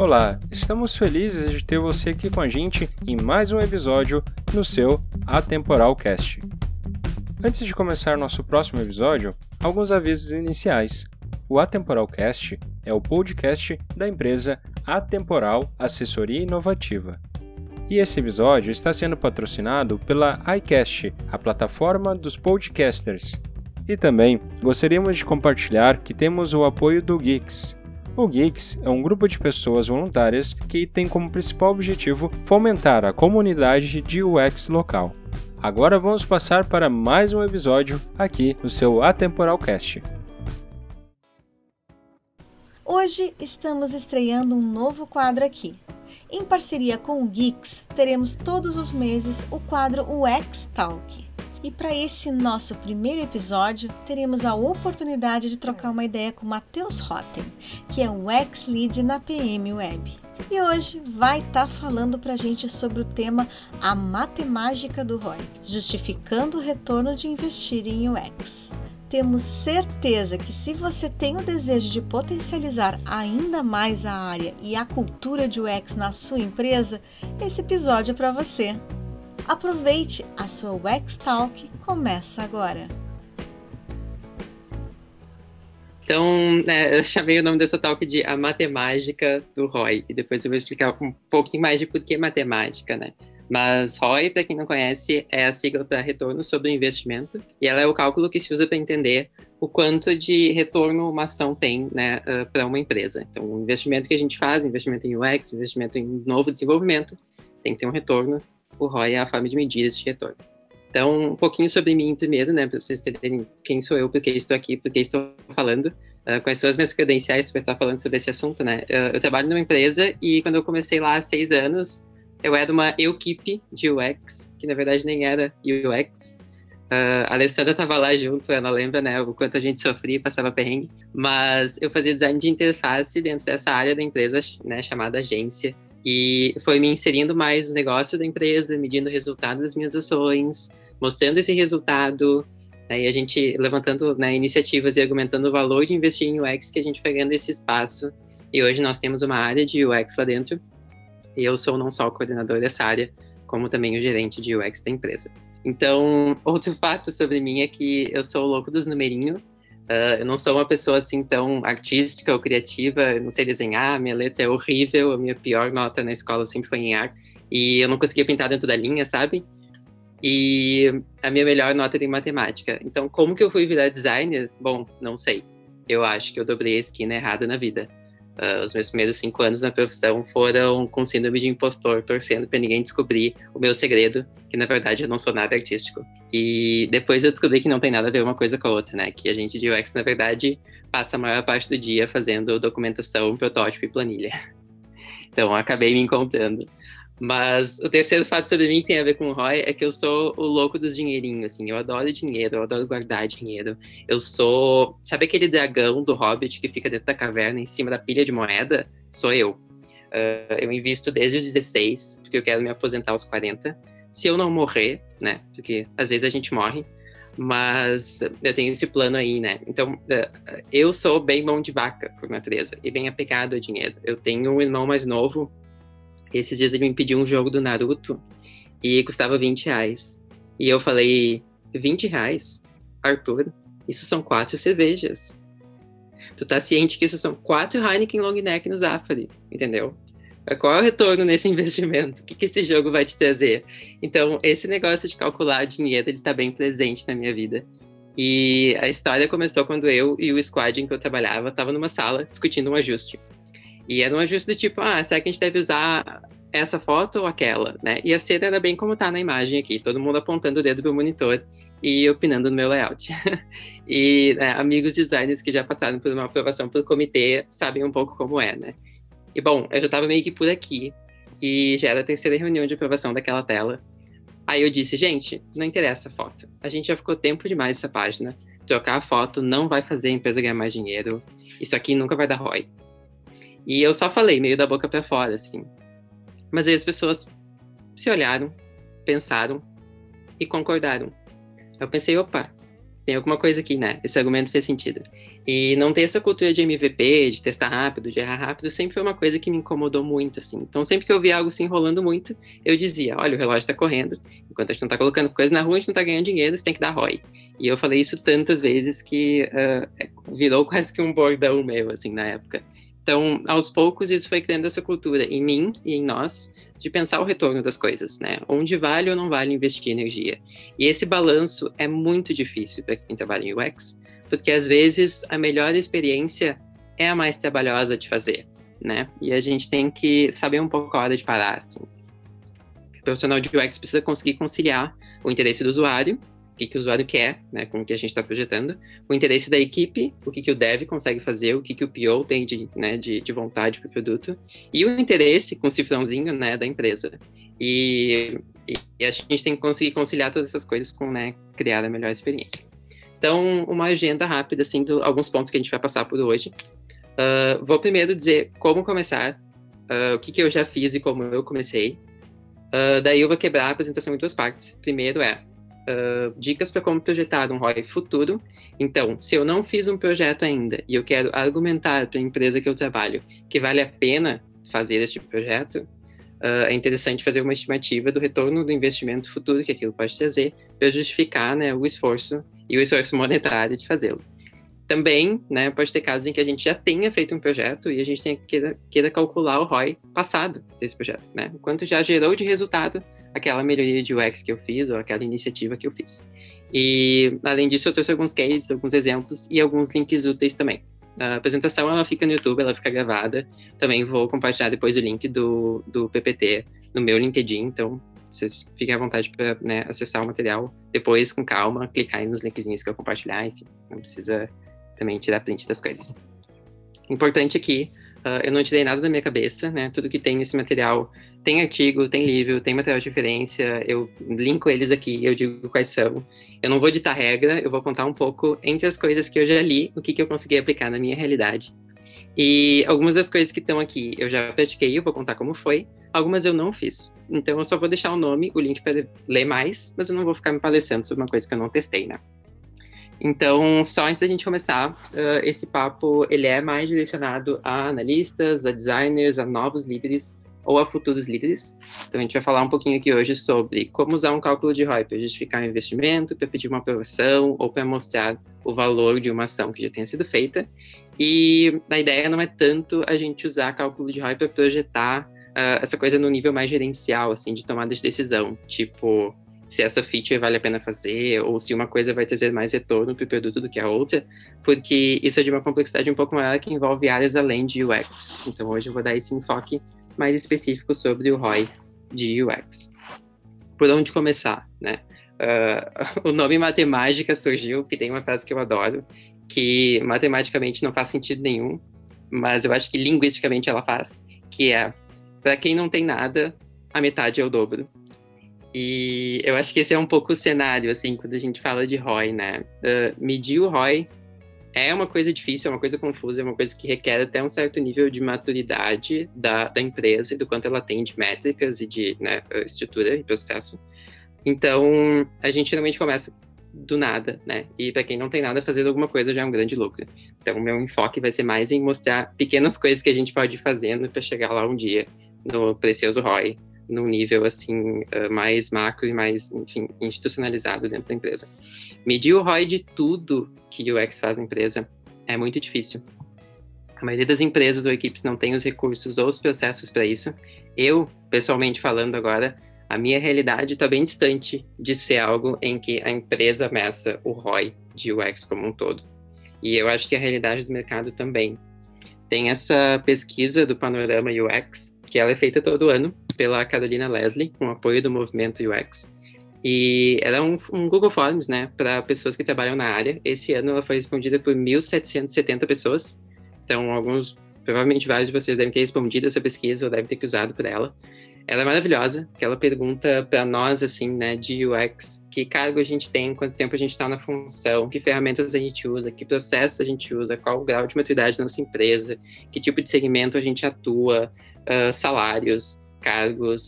Olá, estamos felizes de ter você aqui com a gente em mais um episódio no seu Atemporal Cast. Antes de começar nosso próximo episódio, alguns avisos iniciais. O Atemporal Cast é o podcast da empresa Atemporal Assessoria Inovativa. E esse episódio está sendo patrocinado pela iCast, a plataforma dos podcasters. E também gostaríamos de compartilhar que temos o apoio do Geeks. O Geeks é um grupo de pessoas voluntárias que tem como principal objetivo fomentar a comunidade de UX local. Agora vamos passar para mais um episódio aqui no seu Atemporal Cast. Hoje estamos estreando um novo quadro aqui. Em parceria com o Geeks, teremos todos os meses o quadro UX Talk. E para esse nosso primeiro episódio, teremos a oportunidade de trocar uma ideia com Matheus Rotem, que é um UX Lead na PM Web. E hoje vai estar falando para a gente sobre o tema A Matemática do ROI, justificando o retorno de investir em UX. Temos certeza que se você tem o desejo de potencializar ainda mais a área e a cultura de UX na sua empresa, esse episódio é para você. Aproveite, a sua UX Talk começa agora. Então, eu chamei o nome dessa talk de A Matemática do ROI, e depois eu vou explicar um pouquinho mais de por que matemática, né? Mas ROI, para quem não conhece, é a sigla para Retorno sobre o Investimento, e ela é o cálculo que se usa para entender o quanto de retorno uma ação tem, né, para uma empresa. Então, o investimento que a gente faz, investimento em UX, investimento em novo desenvolvimento, tem que ter um retorno. O ROI é a forma de medir esse retorno. Então, um pouquinho sobre mim primeiro, né, para vocês entenderem quem sou eu, por que estou aqui, por que estou falando, quais são as minhas credenciais para estar falando sobre esse assunto, né. Eu trabalho numa empresa e quando eu comecei lá há 6 anos, eu era uma equipe de UX, que na verdade nem era UX. A Alessandra estava lá junto, ela lembra, né, o quanto a gente sofria e passava perrengue. Mas eu fazia design de interface dentro dessa área da empresa, né, chamada agência. E foi me inserindo mais nos negócios da empresa, medindo o resultado das minhas ações, mostrando esse resultado, né, e a gente levantando, né, iniciativas e argumentando o valor de investir em UX, que a gente foi ganhando esse espaço. E hoje nós temos uma área de UX lá dentro. E eu sou não só o coordenador dessa área, como também o gerente de UX da empresa. Então, outro fato sobre mim é que eu sou o louco dos numerinhos. Eu não sou uma pessoa assim tão artística ou criativa, eu não sei desenhar, minha letra é horrível, a minha pior nota na escola sempre foi em ar, e eu não conseguia pintar dentro da linha, sabe? E a minha melhor nota era em matemática. Então, como que eu fui virar designer? Bom, não sei. Eu acho que eu dobrei a esquina errada na vida. Os meus primeiros 5 anos na profissão foram com síndrome de impostor, torcendo para ninguém descobrir o meu segredo, que na verdade eu não sou nada artístico. E depois eu descobri que não tem nada a ver uma coisa com a outra, né? Que a gente de UX, na verdade, passa a maior parte do dia fazendo documentação, protótipo e planilha. Então, acabei me encontrando. Mas o terceiro fato sobre mim que tem a ver com o ROI é que eu sou o louco dos dinheirinhos, assim. Eu adoro dinheiro, eu adoro guardar dinheiro. Eu sou... Sabe aquele dragão do Hobbit que fica dentro da caverna, em cima da pilha de moeda? Sou eu. Eu invisto desde os 16, porque eu quero me aposentar aos 40. Se eu não morrer, né? Porque às vezes a gente morre. Mas eu tenho esse plano aí, né? Então, eu sou bem mão de vaca, por natureza. E bem apegado ao dinheiro. Eu tenho um irmão mais novo. Esses dias ele me pediu um jogo do Naruto e custava R$20. E eu falei, R$20? Arthur, isso são 4 cervejas. Tu tá ciente que isso são 4 Heineken Long Neck no Zafari, entendeu? Qual é o retorno nesse investimento? O que esse jogo vai te trazer? Então, esse negócio de calcular dinheiro, ele tá bem presente na minha vida. E a história começou quando eu e o squad em que eu trabalhava tava numa sala discutindo um ajuste. E era um ajuste do tipo, será que a gente deve usar essa foto ou aquela, né? E a cena era bem como tá na imagem aqui, todo mundo apontando o dedo pro monitor e opinando no meu layout. E amigos designers que já passaram por uma aprovação pelo comitê sabem um pouco como é, né? E bom, eu já tava meio que por aqui, e já era a terceira reunião de aprovação daquela tela. Aí eu disse, gente, não interessa a foto, a gente já ficou tempo demais nessa página, trocar a foto não vai fazer a empresa ganhar mais dinheiro, isso aqui nunca vai dar ROI. E eu só falei, meio da boca pra fora, assim. Mas aí as pessoas se olharam, pensaram e concordaram. Eu pensei, opa, tem alguma coisa aqui, né? Esse argumento fez sentido. E não ter essa cultura de MVP, de testar rápido, de errar rápido, sempre foi uma coisa que me incomodou muito, assim. Então, sempre que eu via algo se enrolando muito, eu dizia, olha, o relógio tá correndo, enquanto a gente não tá colocando coisa na rua, a gente não tá ganhando dinheiro, você tem que dar ROI. E eu falei isso tantas vezes que virou quase que um bordão meu, assim, na época. Então, aos poucos, isso foi criando essa cultura em mim e em nós, de pensar o retorno das coisas, né? Onde vale ou não vale investir energia. E esse balanço é muito difícil para quem trabalha em UX, porque às vezes a melhor experiência é a mais trabalhosa de fazer, né? E a gente tem que saber um pouco a hora de parar, assim. O profissional de UX precisa conseguir conciliar o interesse do usuário, o que o usuário quer, né, com o que a gente está projetando, o interesse da equipe, o que o dev consegue fazer, o que o PO tem de vontade para o produto, e o interesse, com o cifrãozinho, né, da empresa. E a gente tem que conseguir conciliar todas essas coisas com, né, criar a melhor experiência. Então, uma agenda rápida, assim, de alguns pontos que a gente vai passar por hoje. Vou primeiro dizer como começar, o que eu já fiz e como eu comecei. Daí eu vou quebrar a apresentação em duas partes. Primeiro dicas para como projetar um ROI futuro. Então, se eu não fiz um projeto ainda e eu quero argumentar para a empresa que eu trabalho que vale a pena fazer este projeto, é interessante fazer uma estimativa do retorno do investimento futuro que aquilo pode trazer para justificar, né, o esforço monetário de fazê-lo. Também, né, pode ter casos em que a gente já tenha feito um projeto e a gente queira calcular o ROI passado desse projeto, né? O quanto já gerou de resultado aquela melhoria de UX que eu fiz ou aquela iniciativa que eu fiz. E, além disso, eu trouxe alguns cases, alguns exemplos e alguns links úteis também. A apresentação, ela fica no YouTube, ela fica gravada. Também vou compartilhar depois o link do PPT no meu LinkedIn, então vocês fiquem à vontade para, né, acessar o material depois com calma, clicar aí nos linkzinhos que eu compartilhar, enfim, não precisa também tirar print das coisas. Importante aqui, eu não tirei nada da minha cabeça, né? Tudo que tem nesse material tem artigo, tem livro, tem material de referência, eu linko eles aqui, eu digo quais são. Eu não vou ditar regra, eu vou contar um pouco entre as coisas que eu já li, o que eu consegui aplicar na minha realidade. E algumas das coisas que estão aqui eu já pratiquei, eu vou contar como foi, algumas eu não fiz. Então eu só vou deixar o nome, o link para ler mais, mas eu não vou ficar me palestrando sobre uma coisa que eu não testei, né? Então, só antes da gente começar, esse papo ele é mais direcionado a analistas, a designers, a novos líderes ou a futuros líderes. Então, a gente vai falar um pouquinho aqui hoje sobre como usar um cálculo de ROI para justificar um investimento, para pedir uma aprovação ou para mostrar o valor de uma ação que já tenha sido feita. E a ideia não é tanto a gente usar cálculo de ROI para projetar essa coisa no nível mais gerencial, assim, de tomada de decisão, tipo se essa feature vale a pena fazer, ou se uma coisa vai trazer mais retorno para o produto do que a outra, porque isso é de uma complexidade um pouco maior que envolve áreas além de UX. Então, hoje eu vou dar esse enfoque mais específico sobre o ROI de UX. Por onde começar, né? O nome matemática surgiu, porque tem uma frase que eu adoro, que matematicamente não faz sentido nenhum, mas eu acho que linguisticamente ela faz, que é, para quem não tem nada, a metade é o dobro. E eu acho que esse é um pouco o cenário, assim, quando a gente fala de ROI, né? Medir o ROI é uma coisa difícil, é uma coisa confusa, é uma coisa que requer até um certo nível de maturidade da empresa e do quanto ela tem de métricas e de, né, estrutura e processo. Então, a gente geralmente começa do nada, né? E para quem não tem nada, fazer alguma coisa já é um grande lucro. Então, o meu enfoque vai ser mais em mostrar pequenas coisas que a gente pode ir fazendo para chegar lá um dia no precioso ROI, num nível, assim, mais macro e mais, enfim, institucionalizado dentro da empresa. Medir o ROI de tudo que o UX faz na empresa é muito difícil. A maioria das empresas ou equipes não tem os recursos ou os processos para isso. Eu, pessoalmente falando agora, a minha realidade está bem distante de ser algo em que a empresa meça o ROI de UX como um todo. E eu acho que a realidade do mercado também. Tem essa pesquisa do Panorama UX, que ela é feita todo ano pela Carolina Leslie, com apoio do movimento UX. E ela é um Google Forms, né, para pessoas que trabalham na área. Esse ano ela foi respondida por 1.770 pessoas. Então, provavelmente vários de vocês devem ter respondido essa pesquisa ou devem ter usado por ela. Ela é maravilhosa, porque ela pergunta para nós, assim, né, de UX, que cargo a gente tem, quanto tempo a gente está na função, que ferramentas a gente usa, que processos a gente usa, qual o grau de maturidade da nossa empresa, que tipo de segmento a gente atua, salários, cargos,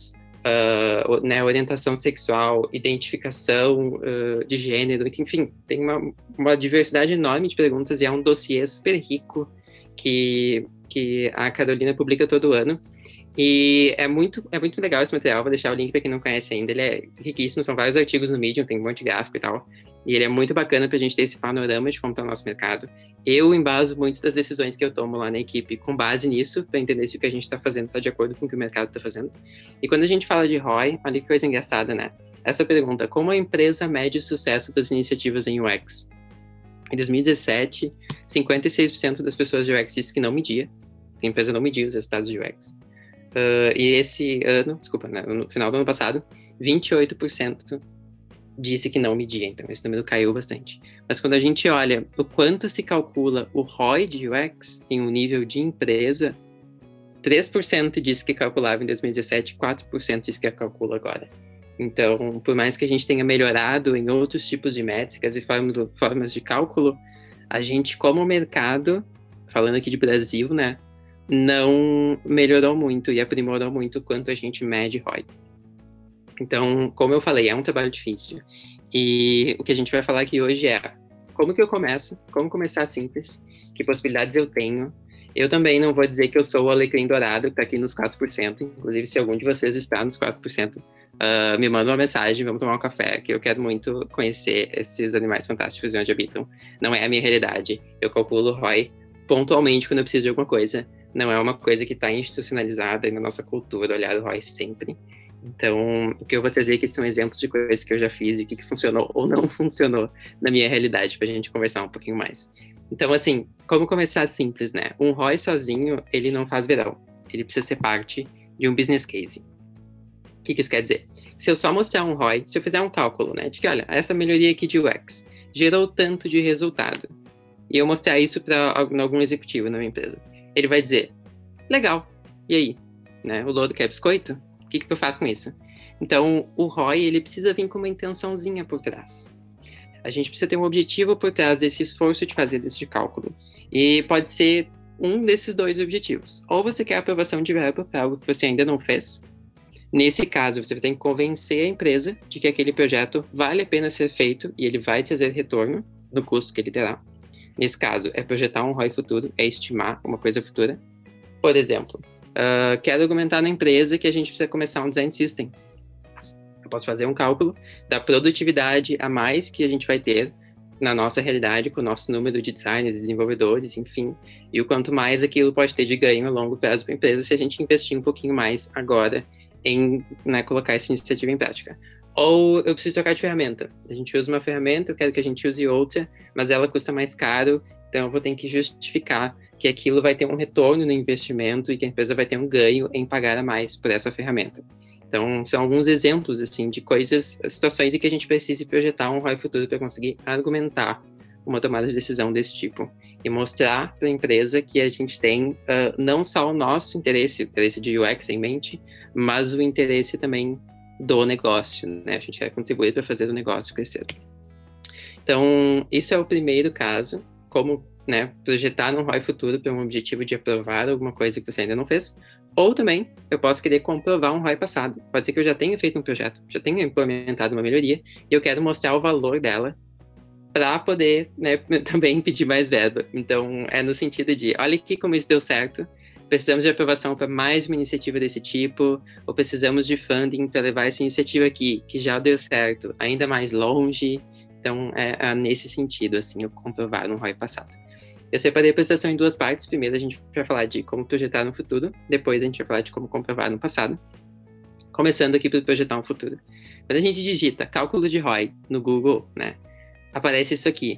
né, orientação sexual, identificação de gênero, enfim, tem uma diversidade enorme de perguntas e é um dossiê super rico que a Carolina publica todo ano. E é muito legal esse material, vou deixar o link para quem não conhece ainda, ele é riquíssimo, são vários artigos no Medium, tem um monte de gráfico e tal, e ele é muito bacana para a gente ter esse panorama de como está o nosso mercado. Eu embaso muito das decisões que eu tomo lá na equipe com base nisso, para entender se o que a gente está fazendo está de acordo com o que o mercado está fazendo. E quando a gente fala de ROI, olha que coisa engraçada, né? Essa pergunta, como a empresa mede o sucesso das iniciativas em UX? Em 2017, 56% das pessoas de UX disse que não media, que a empresa não media os resultados de UX. E esse ano, no final do ano passado, 28% disse que não media, então esse número caiu bastante. Mas quando a gente olha o quanto se calcula o ROI de UX em um nível de empresa, 3% disse que calculava em 2017, 4% disse que calcula agora. Então, por mais que a gente tenha melhorado em outros tipos de métricas e formas de cálculo, a gente, como mercado, falando aqui de Brasil, né, não melhorou muito e aprimorou muito quanto a gente mede ROI. Então, como eu falei, é um trabalho difícil. E o que a gente vai falar aqui hoje é como que eu começo, como começar simples, que possibilidades eu tenho. Eu também não vou dizer que eu sou o alecrim dourado, que está aqui nos 4%. Inclusive, se algum de vocês está nos 4%, me manda uma mensagem, vamos tomar um café, que eu quero muito conhecer esses animais fantásticos e onde habitam. Não é a minha realidade. Eu calculo ROI pontualmente quando eu preciso de alguma coisa. Não é uma coisa que está institucionalizada na nossa cultura, olhar o ROI sempre. Então, o que eu vou trazer aqui são exemplos de coisas que eu já fiz e o que funcionou ou não funcionou na minha realidade, para a gente conversar um pouquinho mais. Então, assim, como começar simples, né? Um ROI sozinho, ele não faz verão. Ele precisa ser parte de um business case. O que isso quer dizer? Se eu só mostrar um ROI, se eu fizer um cálculo, né? De que, olha, essa melhoria aqui de UX gerou tanto de resultado, e eu mostrar isso para algum executivo na minha empresa, ele vai dizer, legal, e aí? Né? O lodo quer biscoito? O que eu faço com isso? Então, o ROI, ele precisa vir com uma intençãozinha por trás. A gente precisa ter um objetivo por trás desse esforço de fazer esse cálculo. E pode ser um desses dois objetivos. Ou você quer aprovação de verba para algo que você ainda não fez. Nesse caso, você tem que convencer a empresa de que aquele projeto vale a pena ser feito e ele vai trazer retorno no custo que ele terá. Nesse caso, é projetar um ROI futuro, é estimar uma coisa futura. Por exemplo, quero argumentar na empresa que a gente precisa começar um design system. Eu posso fazer um cálculo da produtividade a mais que a gente vai ter na nossa realidade, com o nosso número de designers, desenvolvedores, enfim, e o quanto mais aquilo pode ter de ganho a longo prazo para a empresa se a gente investir um pouquinho mais agora em, né, colocar essa iniciativa em prática. Ou eu preciso trocar de ferramenta. A gente usa uma ferramenta, eu quero que a gente use outra, mas ela custa mais caro, então eu vou ter que justificar que aquilo vai ter um retorno no investimento e que a empresa vai ter um ganho em pagar a mais por essa ferramenta. Então, são alguns exemplos, assim, de coisas, situações em que a gente precisa projetar um ROI futuro para conseguir argumentar uma tomada de decisão desse tipo e mostrar para a empresa que a gente tem não só o nosso interesse, o interesse de UX em mente, mas o interesse também do negócio, né? A gente quer contribuir para fazer o negócio crescer. Então, isso é o primeiro caso, como, né, projetar um ROI futuro para um objetivo de aprovar alguma coisa que você ainda não fez. Ou também, eu posso querer comprovar um ROI passado. Pode ser que eu já tenha feito um projeto, já tenha implementado uma melhoria, e eu quero mostrar o valor dela para poder, né, também pedir mais verba. Então, é no sentido de, olha aqui como isso deu certo, precisamos de aprovação para mais uma iniciativa desse tipo, ou precisamos de funding para levar essa iniciativa aqui, que já deu certo, ainda mais longe. Então, é nesse sentido, assim, eu comprovar um ROI passado. Eu separei a apresentação em duas partes. Primeiro, a gente vai falar de como projetar no futuro. Depois, a gente vai falar de como comprovar no passado. Começando aqui por projetar no futuro. Quando a gente digita cálculo de ROI no Google, né, aparece isso aqui.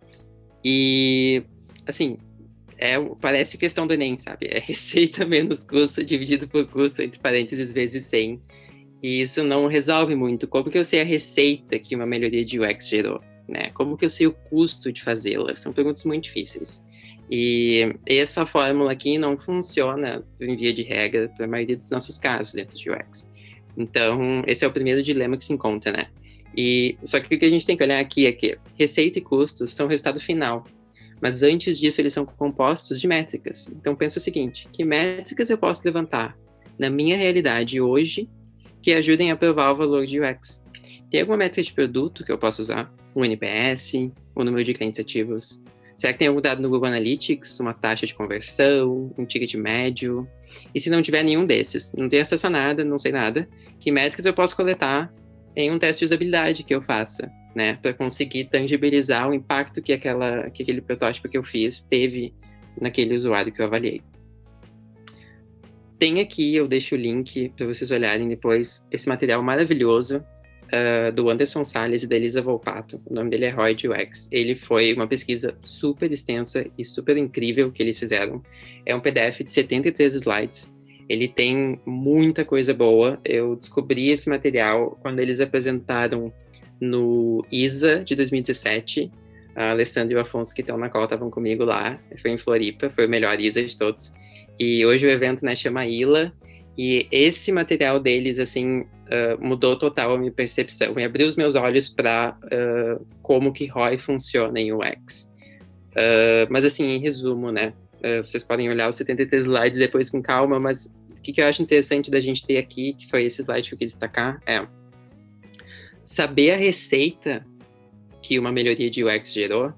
E, assim, parece questão do Enem, sabe? É receita menos custo dividido por custo, entre parênteses, vezes 100. E isso não resolve muito. Como que eu sei a receita que uma melhoria de UX gerou? Né? Como que eu sei o custo de fazê-la? São perguntas muito difíceis. E essa fórmula aqui não funciona, em via de regra, para a maioria dos nossos casos dentro de UX. Então, esse é o primeiro dilema que se encontra, né? Só que o que a gente tem que olhar aqui é que receita e custos são o resultado final. Mas antes disso, eles são compostos de métricas. Então, pensa o seguinte, que métricas eu posso levantar na minha realidade hoje que ajudem a provar o valor de UX. Tem alguma métrica de produto que eu posso usar? Um NPS, o número de clientes ativos? Será que tem algum dado no Google Analytics, uma taxa de conversão, um ticket médio? E se não tiver nenhum desses, não tenho acesso a nada, não sei nada, que métricas eu posso coletar em um teste de usabilidade que eu faça, né, para conseguir tangibilizar o impacto que aquele protótipo que eu fiz teve naquele usuário que eu avaliei. Tem aqui, eu deixo o link para vocês olharem depois, esse material maravilhoso do Anderson Salles e da Elisa Volpato. O nome dele é ROI de UX. Ele foi uma pesquisa super extensa e super incrível que eles fizeram. É um PDF de 73 slides. Ele tem muita coisa boa. Eu descobri esse material quando eles apresentaram no ISA de 2017. A Alessandra e o Afonso, que estão na call, estavam comigo lá. Foi em Floripa, foi o melhor ISA de todos. E hoje o evento, né, chama ILA. E esse material deles, assim, mudou total a minha percepção e abriu os meus olhos para como que ROI funciona em UX. Mas, assim, em resumo, né, vocês podem olhar os 73 slides depois com calma, mas o que eu acho interessante da gente ter aqui, que foi esse slide que eu quis destacar, é saber a receita que uma melhoria de UX gerou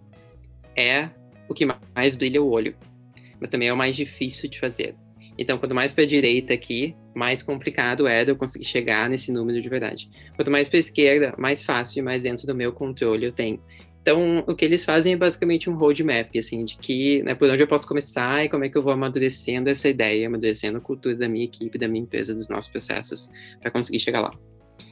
é o que mais brilha o olho, mas também é o mais difícil de fazer. Então, quanto mais para a direita aqui, mais complicado é eu conseguir chegar nesse número de verdade. Quanto mais para a esquerda, mais fácil e mais dentro do meu controle eu tenho. Então, o que eles fazem é basicamente um roadmap, assim, de que, né, por onde eu posso começar e como é que eu vou amadurecendo essa ideia, amadurecendo a cultura da minha equipe, da minha empresa, dos nossos processos, para conseguir chegar lá.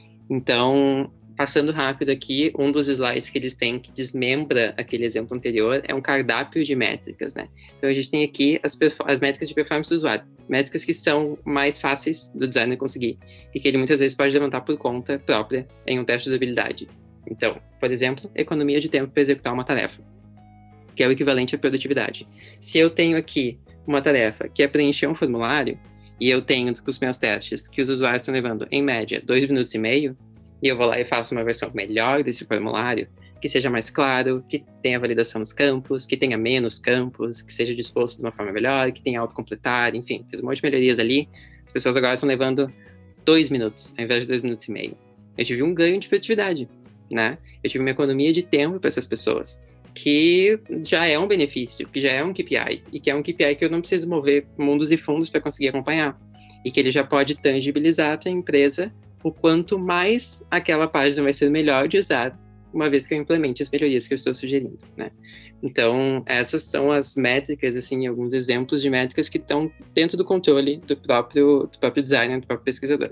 Então, passando rápido aqui, um dos slides que eles têm que desmembra aquele exemplo anterior é um cardápio de métricas, né? Então, a gente tem aqui as métricas de performance do usuário, métricas que são mais fáceis do designer conseguir e que ele muitas vezes pode levantar por conta própria em um teste de usabilidade. Então, por exemplo, economia de tempo para executar uma tarefa, que é o equivalente à produtividade. Se eu tenho aqui uma tarefa que é preencher um formulário e eu tenho os meus testes que os usuários estão levando, em média, 2 minutos e meio, e eu vou lá e faço uma versão melhor desse formulário, que seja mais claro, que tenha validação nos campos, que tenha menos campos, que seja disposto de uma forma melhor, que tenha autocompletar, enfim, fiz um monte de melhorias ali. As pessoas agora estão levando 2 minutos, ao invés de 2 minutos e meio. Eu tive um ganho de produtividade, né? Eu tive uma economia de tempo para essas pessoas, que já é um benefício, que já é um KPI, e que é um KPI que eu não preciso mover mundos e fundos para conseguir acompanhar, e que ele já pode tangibilizar para a empresa o quanto mais aquela página vai ser melhor de usar, uma vez que eu implemente as melhorias que eu estou sugerindo, né? Então, essas são as métricas, assim, alguns exemplos de métricas que estão dentro do controle do próprio designer, do próprio pesquisador.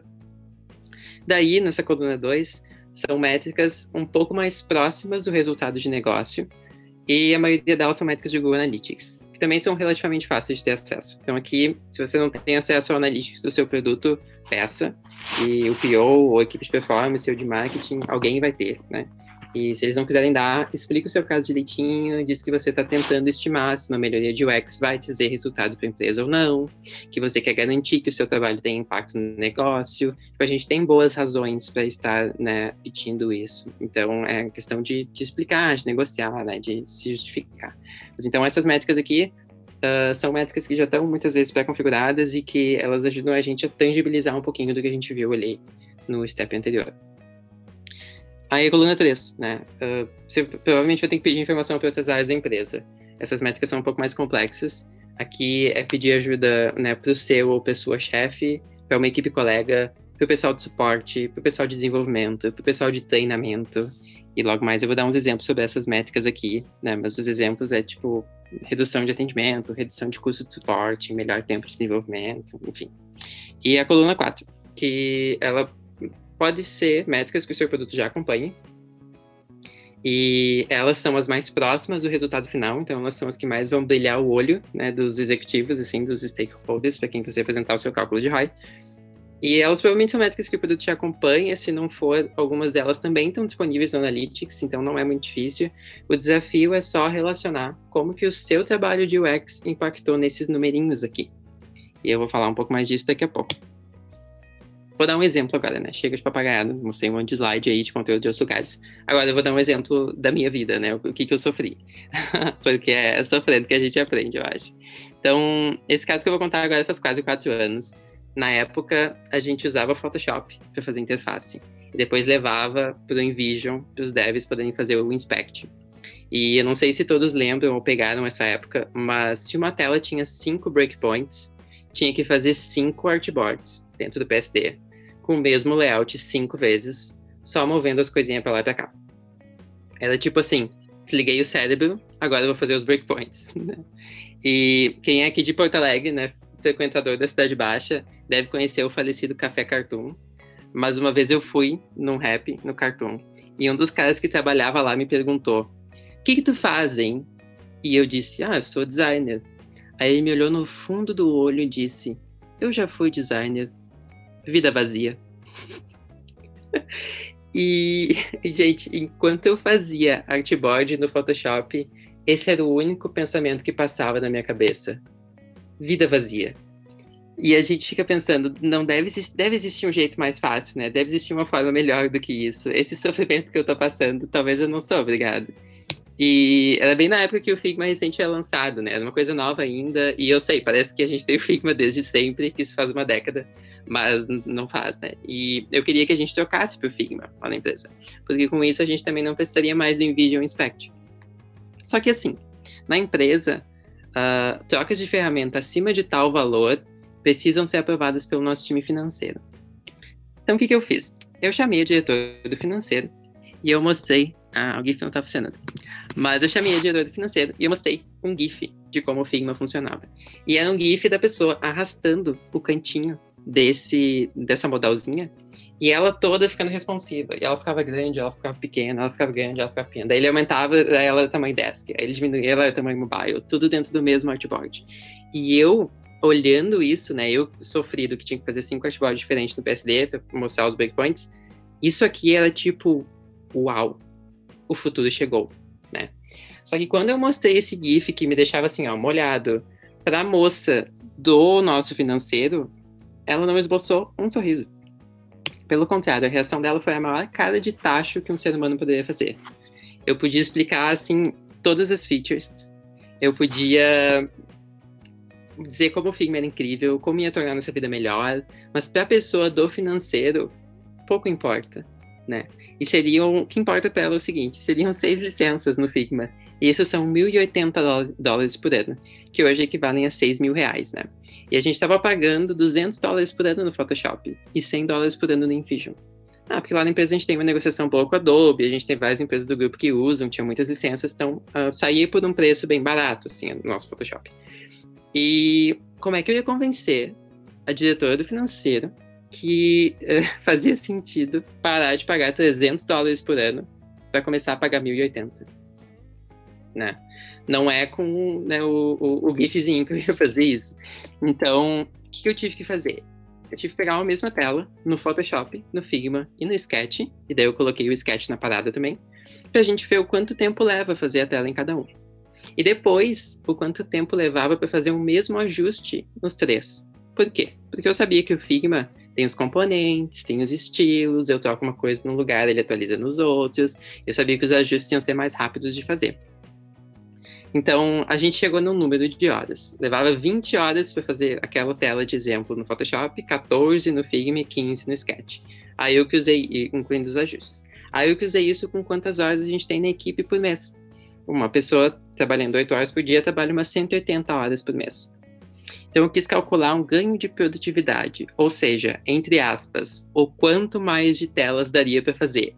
Daí, nessa coluna 2, são métricas um pouco mais próximas do resultado de negócio, e a maioria delas são métricas de Google Analytics, que também são relativamente fáceis de ter acesso. Então aqui, se você não tem acesso ao Analytics do seu produto, peça, e o PO, ou a equipe de performance, ou de marketing, alguém vai ter, né? E se eles não quiserem dar, explica o seu caso direitinho, diz que você está tentando estimar se uma melhoria de UX vai trazer resultado para a empresa ou não, que você quer garantir que o seu trabalho tem impacto no negócio. Tipo, a gente tem boas razões para estar, né, pedindo isso. Então, é questão de explicar, de negociar, né, de se justificar. Mas, então, essas métricas aqui são métricas que já estão muitas vezes pré-configuradas e que elas ajudam a gente a tangibilizar um pouquinho do que a gente viu ali no step anterior. Aí a coluna 3, né? Você provavelmente vai ter que pedir informação para outras áreas da empresa. Essas métricas são um pouco mais complexas. Aqui é pedir ajuda, né, para o seu ou pessoa-chefe, para uma equipe colega, para o pessoal de suporte, para o pessoal de desenvolvimento, para o pessoal de treinamento. E logo mais eu vou dar uns exemplos sobre essas métricas aqui, né? Mas os exemplos é tipo redução de atendimento, redução de custo de suporte, melhor tempo de desenvolvimento, enfim. E a coluna 4, que ela pode ser métricas que o seu produto já acompanhe, e elas são as mais próximas do resultado final, então elas são as que mais vão brilhar o olho, né, dos executivos, assim, dos stakeholders, para quem você apresentar o seu cálculo de ROI. E elas provavelmente são métricas que o produto já acompanha, se não for, algumas delas também estão disponíveis no Analytics, então não é muito difícil. O desafio é só relacionar como que o seu trabalho de UX impactou nesses numerinhos aqui. E eu vou falar um pouco mais disso daqui a pouco. Vou dar um exemplo agora, né? Chega de papagaiado, mostrei um monte de slide aí de conteúdo de outros lugares. Agora eu vou dar um exemplo da minha vida, né? O que eu sofri. Porque é sofrendo que a gente aprende, eu acho. Então, esse caso que eu vou contar agora faz quase 4 anos. Na época, a gente usava Photoshop para fazer interface. E depois levava para o InVision, para os devs poderem fazer o Inspect. E eu não sei se todos lembram ou pegaram essa época, mas se uma tela tinha 5 breakpoints, tinha que fazer 5 artboards dentro do PSD, com o mesmo layout 5 vezes, só movendo as coisinhas para lá e para cá. Era tipo assim, desliguei o cérebro, agora eu vou fazer os breakpoints. E quem é aqui de Porto Alegre, né, frequentador da Cidade Baixa, deve conhecer o falecido Café Cartoon. Mas uma vez eu fui num rap, no Cartoon, e um dos caras que trabalhava lá me perguntou: o que tu faz, hein? E eu disse: eu sou designer. Aí ele me olhou no fundo do olho e disse: eu já fui designer. Vida vazia. E, gente, enquanto eu fazia artboard no Photoshop, esse era o único pensamento que passava na minha cabeça. Vida vazia. E a gente fica pensando, não deve existir um jeito mais fácil, né? Deve existir uma forma melhor do que isso. Esse sofrimento que eu tô passando, talvez eu não sou obrigado. E era bem na época que o Figma recente é lançado, né? Era uma coisa nova ainda. E eu sei, parece que a gente tem o Figma desde sempre, que isso faz uma década. Mas não faz, né? E eu queria que a gente trocasse pro Figma lá na empresa. Porque com isso a gente também não precisaria mais do InVision Inspect. Só que assim, na empresa, trocas de ferramenta acima de tal valor precisam ser aprovadas pelo nosso time financeiro. Então, o que eu fiz? Eu chamei o diretor do financeiro e eu mostrei... o GIF não tá funcionando. Mas eu chamei o diretor do financeiro e eu mostrei um GIF de como o Figma funcionava. E era um GIF da pessoa arrastando o cantinho dessa modalzinha e ela toda ficando responsiva. E ela ficava grande, ela ficava pequena, ela ficava grande, ela ficava pequena. Daí ele aumentava, ela era tamanho desk. Aí ele diminuía, ela era tamanho mobile. Tudo dentro do mesmo artboard. E eu... olhando isso, né, eu sofrido que tinha que fazer 5 artboards diferentes no PSD para mostrar os breakpoints, isso aqui era tipo, uau, o futuro chegou, né? Só que quando eu mostrei esse GIF que me deixava assim, molhado, para a moça do nosso financeiro, ela não esboçou um sorriso. Pelo contrário, a reação dela foi a maior cara de tacho que um ser humano poderia fazer. Eu podia explicar, assim, todas as features, eu podia... dizer como o Figma era incrível, como ia tornar nossa vida melhor, mas para a pessoa do financeiro, pouco importa, né? E o que importa para ela é o seguinte, seriam 6 licenças no Figma, e isso são $1.080 por ano, que hoje equivalem a R$6.000, né? E a gente estava pagando $200 por ano no Photoshop, e $100 por ano no InVision. Porque lá na empresa a gente tem uma negociação boa com a Adobe, a gente tem várias empresas do grupo que usam, tinha muitas licenças, então saía por um preço bem barato, assim, no nosso Photoshop. E como é que eu ia convencer a diretora do financeiro que fazia sentido parar de pagar $300 por ano para começar a pagar 1.080, né? Não é com, né, o GIFzinho que eu ia fazer isso. Então, o que eu tive que fazer? Eu tive que pegar a mesma tela no Photoshop, no Figma e no Sketch, e daí eu coloquei o Sketch na parada também, pra gente ver o quanto tempo leva fazer a tela em cada um. E depois, o quanto tempo levava para fazer o mesmo ajuste nos 3. Por quê? Porque eu sabia que o Figma tem os componentes, tem os estilos, eu troco uma coisa num lugar, ele atualiza nos outros. Eu sabia que os ajustes iam ser mais rápidos de fazer. Então, a gente chegou num número de horas. Levava 20 horas para fazer aquela tela de exemplo no Photoshop, 14 no Figma e 15 no Sketch. Aí eu que usei, incluindo os ajustes. Aí eu que usei isso com quantas horas a gente tem na equipe por mês. Uma pessoa trabalhando 8 horas por dia trabalha umas 180 horas por mês. Então eu quis calcular um ganho de produtividade, ou seja, entre aspas, o quanto mais de telas daria para fazer.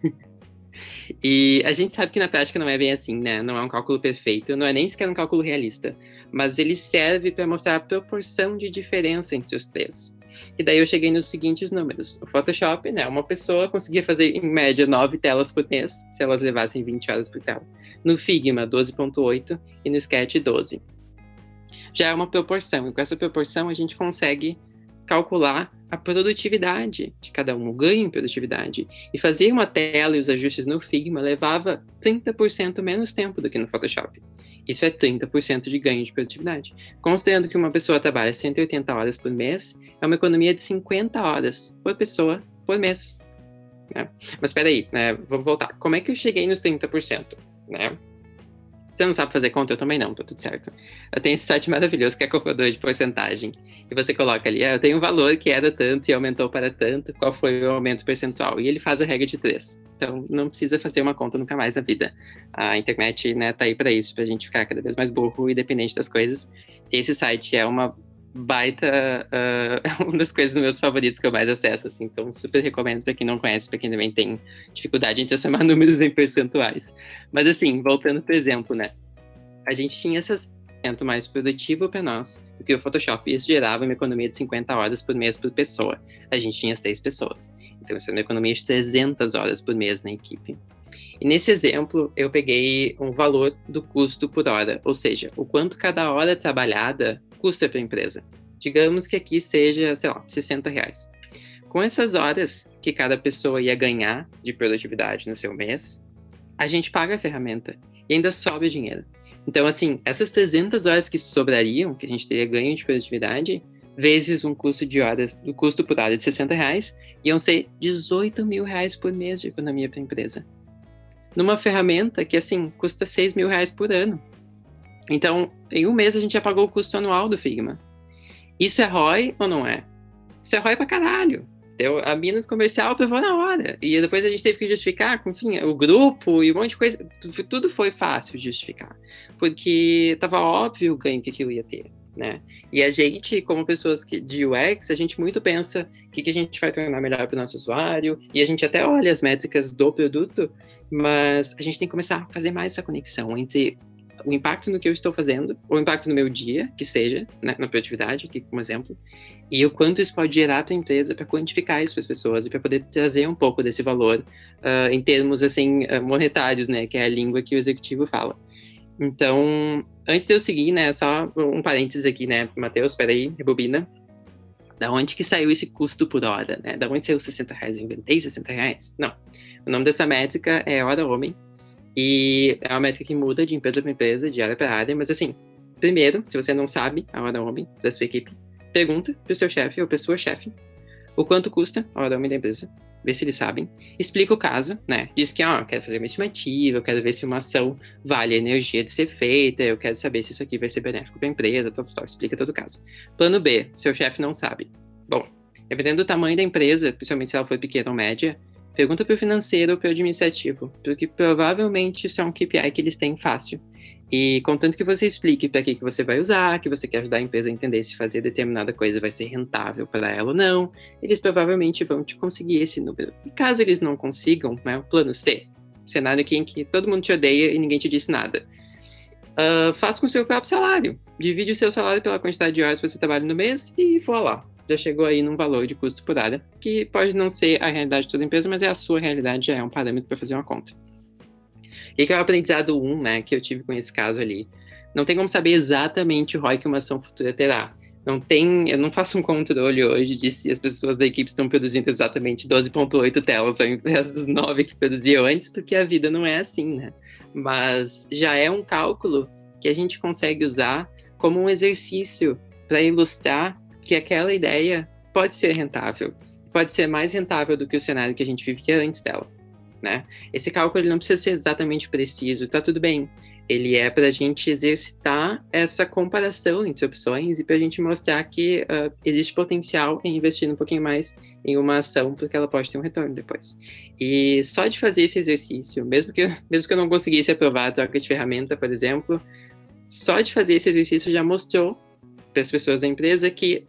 E a gente sabe que na prática não é bem assim, né? Não é um cálculo perfeito, não é nem sequer um cálculo realista, mas ele serve para mostrar a proporção de diferença entre os 3. E daí eu cheguei nos seguintes números. O Photoshop, né, uma pessoa conseguia fazer em média 9 telas por mês, se elas levassem 20 horas por tela. No Figma, 12.8 e no Sketch, 12. Já é uma proporção, e com essa proporção a gente consegue calcular a produtividade de cada um, o ganho em produtividade. E fazer uma tela e os ajustes no Figma levava 30% menos tempo do que no Photoshop. Isso é 30% de ganho de produtividade. Considerando que uma pessoa trabalha 180 horas por mês, é uma economia de 50 horas por pessoa por mês. Né? Mas espera aí, vamos voltar. Como é que eu cheguei nos 30%? Né? Você não sabe fazer conta? Eu também não, tá tudo certo. Eu tenho esse site maravilhoso que é calculador de porcentagem. E você coloca ali, eu tenho um valor que era tanto e aumentou para tanto, qual foi o aumento percentual? E ele faz a regra de 3. Então, não precisa fazer uma conta nunca mais na vida. A internet, né, tá aí para isso, pra gente ficar cada vez mais burro e dependente das coisas. E esse site é uma baita, uma das coisas dos meus favoritos que eu mais acesso, assim. Então, super recomendo para quem não conhece, para quem também tem dificuldade em transformar números em percentuais. Mas, assim, voltando pro exemplo, né? A gente tinha esse assento mais produtivo para nós do que o Photoshop, e isso gerava uma economia de 50 horas por mês por pessoa. A gente tinha 6 pessoas. Então, isso é uma economia de 300 horas por mês na equipe. E nesse exemplo, eu peguei um valor do custo por hora, ou seja, o quanto cada hora trabalhada custa para a empresa. Digamos que aqui seja, sei lá, R$60. Com essas horas que cada pessoa ia ganhar de produtividade no seu mês, a gente paga a ferramenta e ainda sobra dinheiro. Então, assim, essas 300 horas que sobrariam, que a gente teria ganho de produtividade, vezes um custo de horas, o custo por hora de R$60, iam ser R$18 mil por mês de economia para a empresa. Numa ferramenta que, assim, custa R$6 mil por ano. Então, em um mês a gente já pagou o custo anual do Figma. Isso é ROI ou não é? Isso é ROI pra caralho. Então, a mina comercial aprovou na hora. E depois a gente teve que justificar, enfim, o grupo e um monte de coisa. Tudo foi fácil de justificar. Porque estava óbvio o ganho que aquilo ia ter, né? E a gente, como pessoas de UX, a gente muito pensa o que a gente vai tornar melhor para o nosso usuário. E a gente até olha as métricas do produto, mas a gente tem que começar a fazer mais essa conexão entre o impacto no que eu estou fazendo, o impacto no meu dia, que seja, né, na produtividade, aqui como exemplo, e o quanto isso pode gerar para a empresa, para quantificar isso para as pessoas e para poder trazer um pouco desse valor em termos, assim, monetários, né, que é a língua que o executivo fala. Então, antes de eu seguir, né, só um parênteses aqui, né, Matheus, peraí, rebobina. Da onde que saiu esse custo por hora, né? Da onde saiu R$60? Eu inventei R$60? Não. O nome dessa métrica é hora homem. E é uma métrica que muda de empresa para empresa, de área para área, mas assim, primeiro, se você não sabe a hora homem da sua equipe, pergunta para o seu chefe ou para a sua chefe o quanto custa a hora homem da empresa, vê se eles sabem, explica o caso, né? Diz que, eu quero fazer uma estimativa, eu quero ver se uma ação vale a energia de ser feita, eu quero saber se isso aqui vai ser benéfico para a empresa, tal, explica todo o caso. Plano B, seu chefe não sabe. Bom, dependendo do tamanho da empresa, principalmente se ela for pequena ou média, pergunta para o financeiro ou para o administrativo, porque provavelmente isso é um KPI que eles têm fácil. E contanto que você explique para que você vai usar, que você quer ajudar a empresa a entender se fazer determinada coisa vai ser rentável para ela ou não, eles provavelmente vão te conseguir esse número. E caso eles não consigam, né, o plano C, cenário aqui em que todo mundo te odeia e ninguém te disse nada. Faça com o seu próprio salário. Divide o seu salário pela quantidade de horas que você trabalha no mês e voilá. Já chegou aí num valor de custo por área, que pode não ser a realidade de toda empresa, mas é a sua realidade, já é um parâmetro para fazer uma conta. E que é o aprendizado 1, né, que eu tive com esse caso ali. Não tem como saber exatamente o ROI que uma ação futura terá. Eu não faço um controle hoje de se as pessoas da equipe estão produzindo exatamente 12.8 telas ao invés dos 9 que produziam antes, porque a vida não é assim, né? Mas já é um cálculo que a gente consegue usar como um exercício para ilustrar que aquela ideia pode ser rentável, pode ser mais rentável do que o cenário que a gente vivia antes dela, né? Esse cálculo ele não precisa ser exatamente preciso, tá tudo bem. Ele é para a gente exercitar essa comparação entre opções e para a gente mostrar que existe potencial em investir um pouquinho mais em uma ação, porque ela pode ter um retorno depois. E só de fazer esse exercício, mesmo que eu não conseguisse aprovar a troca de ferramenta, por exemplo, só de fazer esse exercício já mostrou para as pessoas da empresa que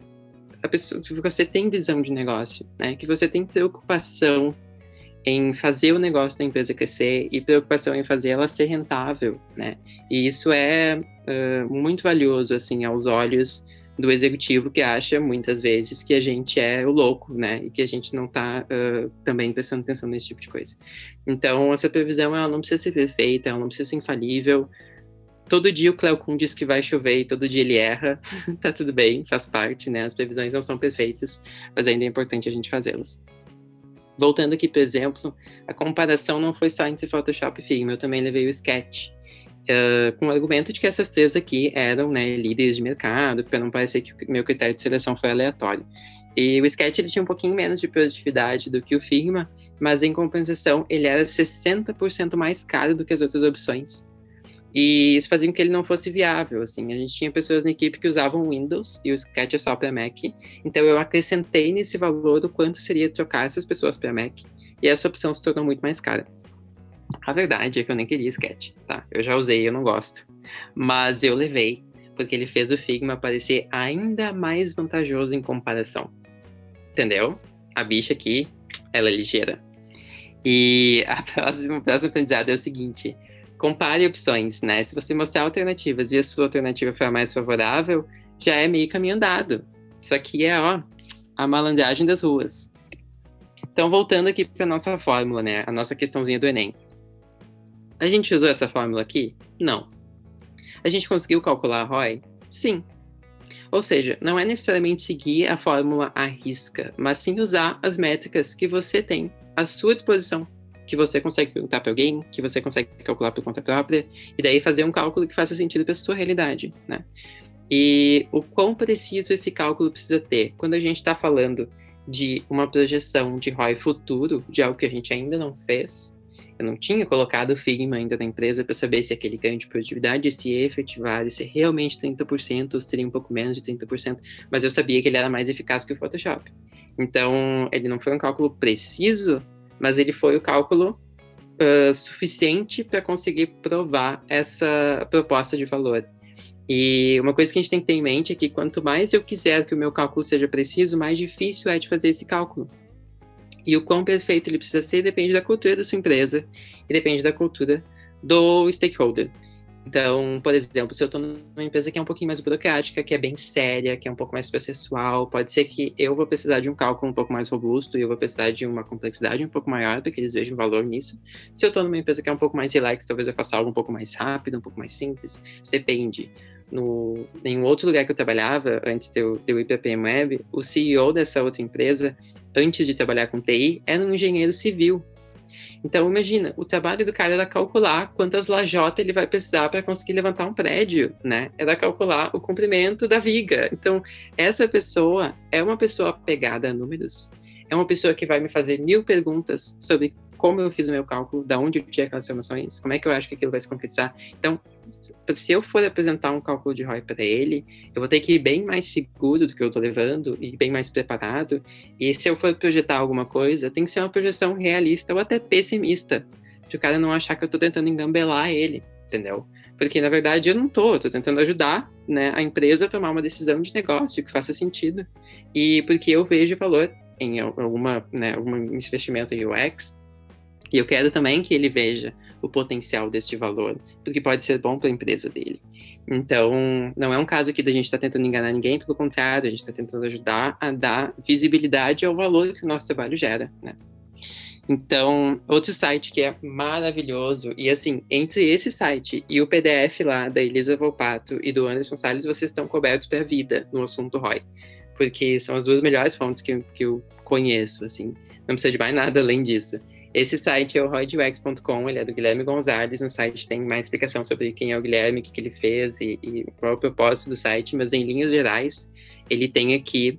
você tem visão de negócio, né? Que você tem preocupação em fazer o negócio da empresa crescer e preocupação em fazer ela ser rentável, né? E isso é muito valioso, assim, aos olhos do executivo, que acha, muitas vezes, que a gente é o louco, né? E que a gente não está também prestando atenção nesse tipo de coisa. Então, essa previsão, ela não precisa ser perfeita, ela não precisa ser infalível. Todo dia o Cleo Kuhn diz que vai chover e todo dia ele erra. Tá tudo bem, faz parte, né? As previsões não são perfeitas, mas ainda é importante a gente fazê-las. Voltando aqui, por exemplo, a comparação não foi só entre Photoshop e Figma, eu também levei o Sketch. Com o argumento de que essas três aqui eram, né, líderes de mercado, para não parecer que o meu critério de seleção foi aleatório. E o Sketch ele tinha um pouquinho menos de produtividade do que o Figma, mas em compensação ele era 60% mais caro do que as outras opções. E isso fazia com que ele não fosse viável, assim. A gente tinha pessoas na equipe que usavam Windows e o Sketch é só para Mac. Então eu acrescentei nesse valor o quanto seria trocar essas pessoas para Mac. E essa opção se tornou muito mais cara. A verdade é que eu nem queria Sketch, tá? Eu já usei, eu não gosto. Mas eu levei, porque ele fez o Figma parecer ainda mais vantajoso em comparação. Entendeu? A bicha aqui, ela é ligeira. E o próximo aprendizado é o seguinte: compare opções, né? Se você mostrar alternativas e a sua alternativa for a mais favorável, já é meio caminho andado. Isso aqui é, a malandragem das ruas. Então, voltando aqui para nossa fórmula, né? A nossa questãozinha do Enem. A gente usou essa fórmula aqui? Não. A gente conseguiu calcular a ROI? Sim. Ou seja, não é necessariamente seguir a fórmula à risca, mas sim usar as métricas que você tem à sua disposição, que você consegue perguntar para alguém, que você consegue calcular por conta própria, e daí fazer um cálculo que faça sentido para a sua realidade, né? E o quão preciso esse cálculo precisa ter? Quando a gente está falando de uma projeção de ROI futuro, de algo que a gente ainda não fez, eu não tinha colocado o Figma ainda na empresa para saber se aquele ganho de produtividade se efetivar, se realmente 30% ou seria um pouco menos de 30%, mas eu sabia que ele era mais eficaz que o Photoshop. Então, ele não foi um cálculo preciso, mas ele foi o cálculo suficiente para conseguir provar essa proposta de valor. E uma coisa que a gente tem que ter em mente é que quanto mais eu quiser que o meu cálculo seja preciso, mais difícil é de fazer esse cálculo. E o quão perfeito ele precisa ser depende da cultura da sua empresa e depende da cultura do stakeholder. Então, por exemplo, se eu estou numa empresa que é um pouquinho mais burocrática, que é bem séria, que é um pouco mais processual, pode ser que eu vou precisar de um cálculo um pouco mais robusto e eu vou precisar de uma complexidade um pouco maior para que eles vejam valor nisso. Se eu estou numa empresa que é um pouco mais relax, talvez eu faça algo um pouco mais rápido, um pouco mais simples. Isso depende. Em um outro lugar que eu trabalhava, antes de eu ir para a PM Web, o CEO dessa outra empresa, antes de trabalhar com TI, era um engenheiro civil. Então, imagina, o trabalho do cara era calcular quantas lajotas ele vai precisar para conseguir levantar um prédio, né? Era calcular o comprimento da viga. Então, essa pessoa é uma pessoa apegada a números, é uma pessoa que vai me fazer 1000 perguntas sobre como eu fiz o meu cálculo, de onde eu tirei aquelas informações, como é que eu acho que aquilo vai se concretizar. Então, se eu for apresentar um cálculo de ROI para ele, eu vou ter que ir bem mais seguro do que eu estou levando e bem mais preparado. E se eu for projetar alguma coisa, tem que ser uma projeção realista ou até pessimista, para o cara não achar que eu estou tentando engambelar ele, entendeu? Porque, na verdade, eu não estou tentando ajudar, né, a empresa a tomar uma decisão de negócio que faça sentido. E porque eu vejo valor em algum investimento em UX, e eu quero também que ele veja o potencial deste valor, porque pode ser bom para a empresa dele. Então, não é um caso aqui da gente estar tentando enganar ninguém, pelo contrário, a gente está tentando ajudar a dar visibilidade ao valor que o nosso trabalho gera, né? Então, outro site que é maravilhoso, e assim, entre esse site e o PDF lá da Elisa Volpato e do Anderson Salles, vocês estão cobertos para a vida no assunto ROI, porque são as duas melhores fontes que eu conheço, assim, não precisa de mais nada além disso. Esse site é o roidux.com, ele é do Guilherme Gonzalez. No site tem mais explicação sobre quem é o Guilherme, o que ele fez e qual é o propósito do site, mas em linhas gerais, ele tem aqui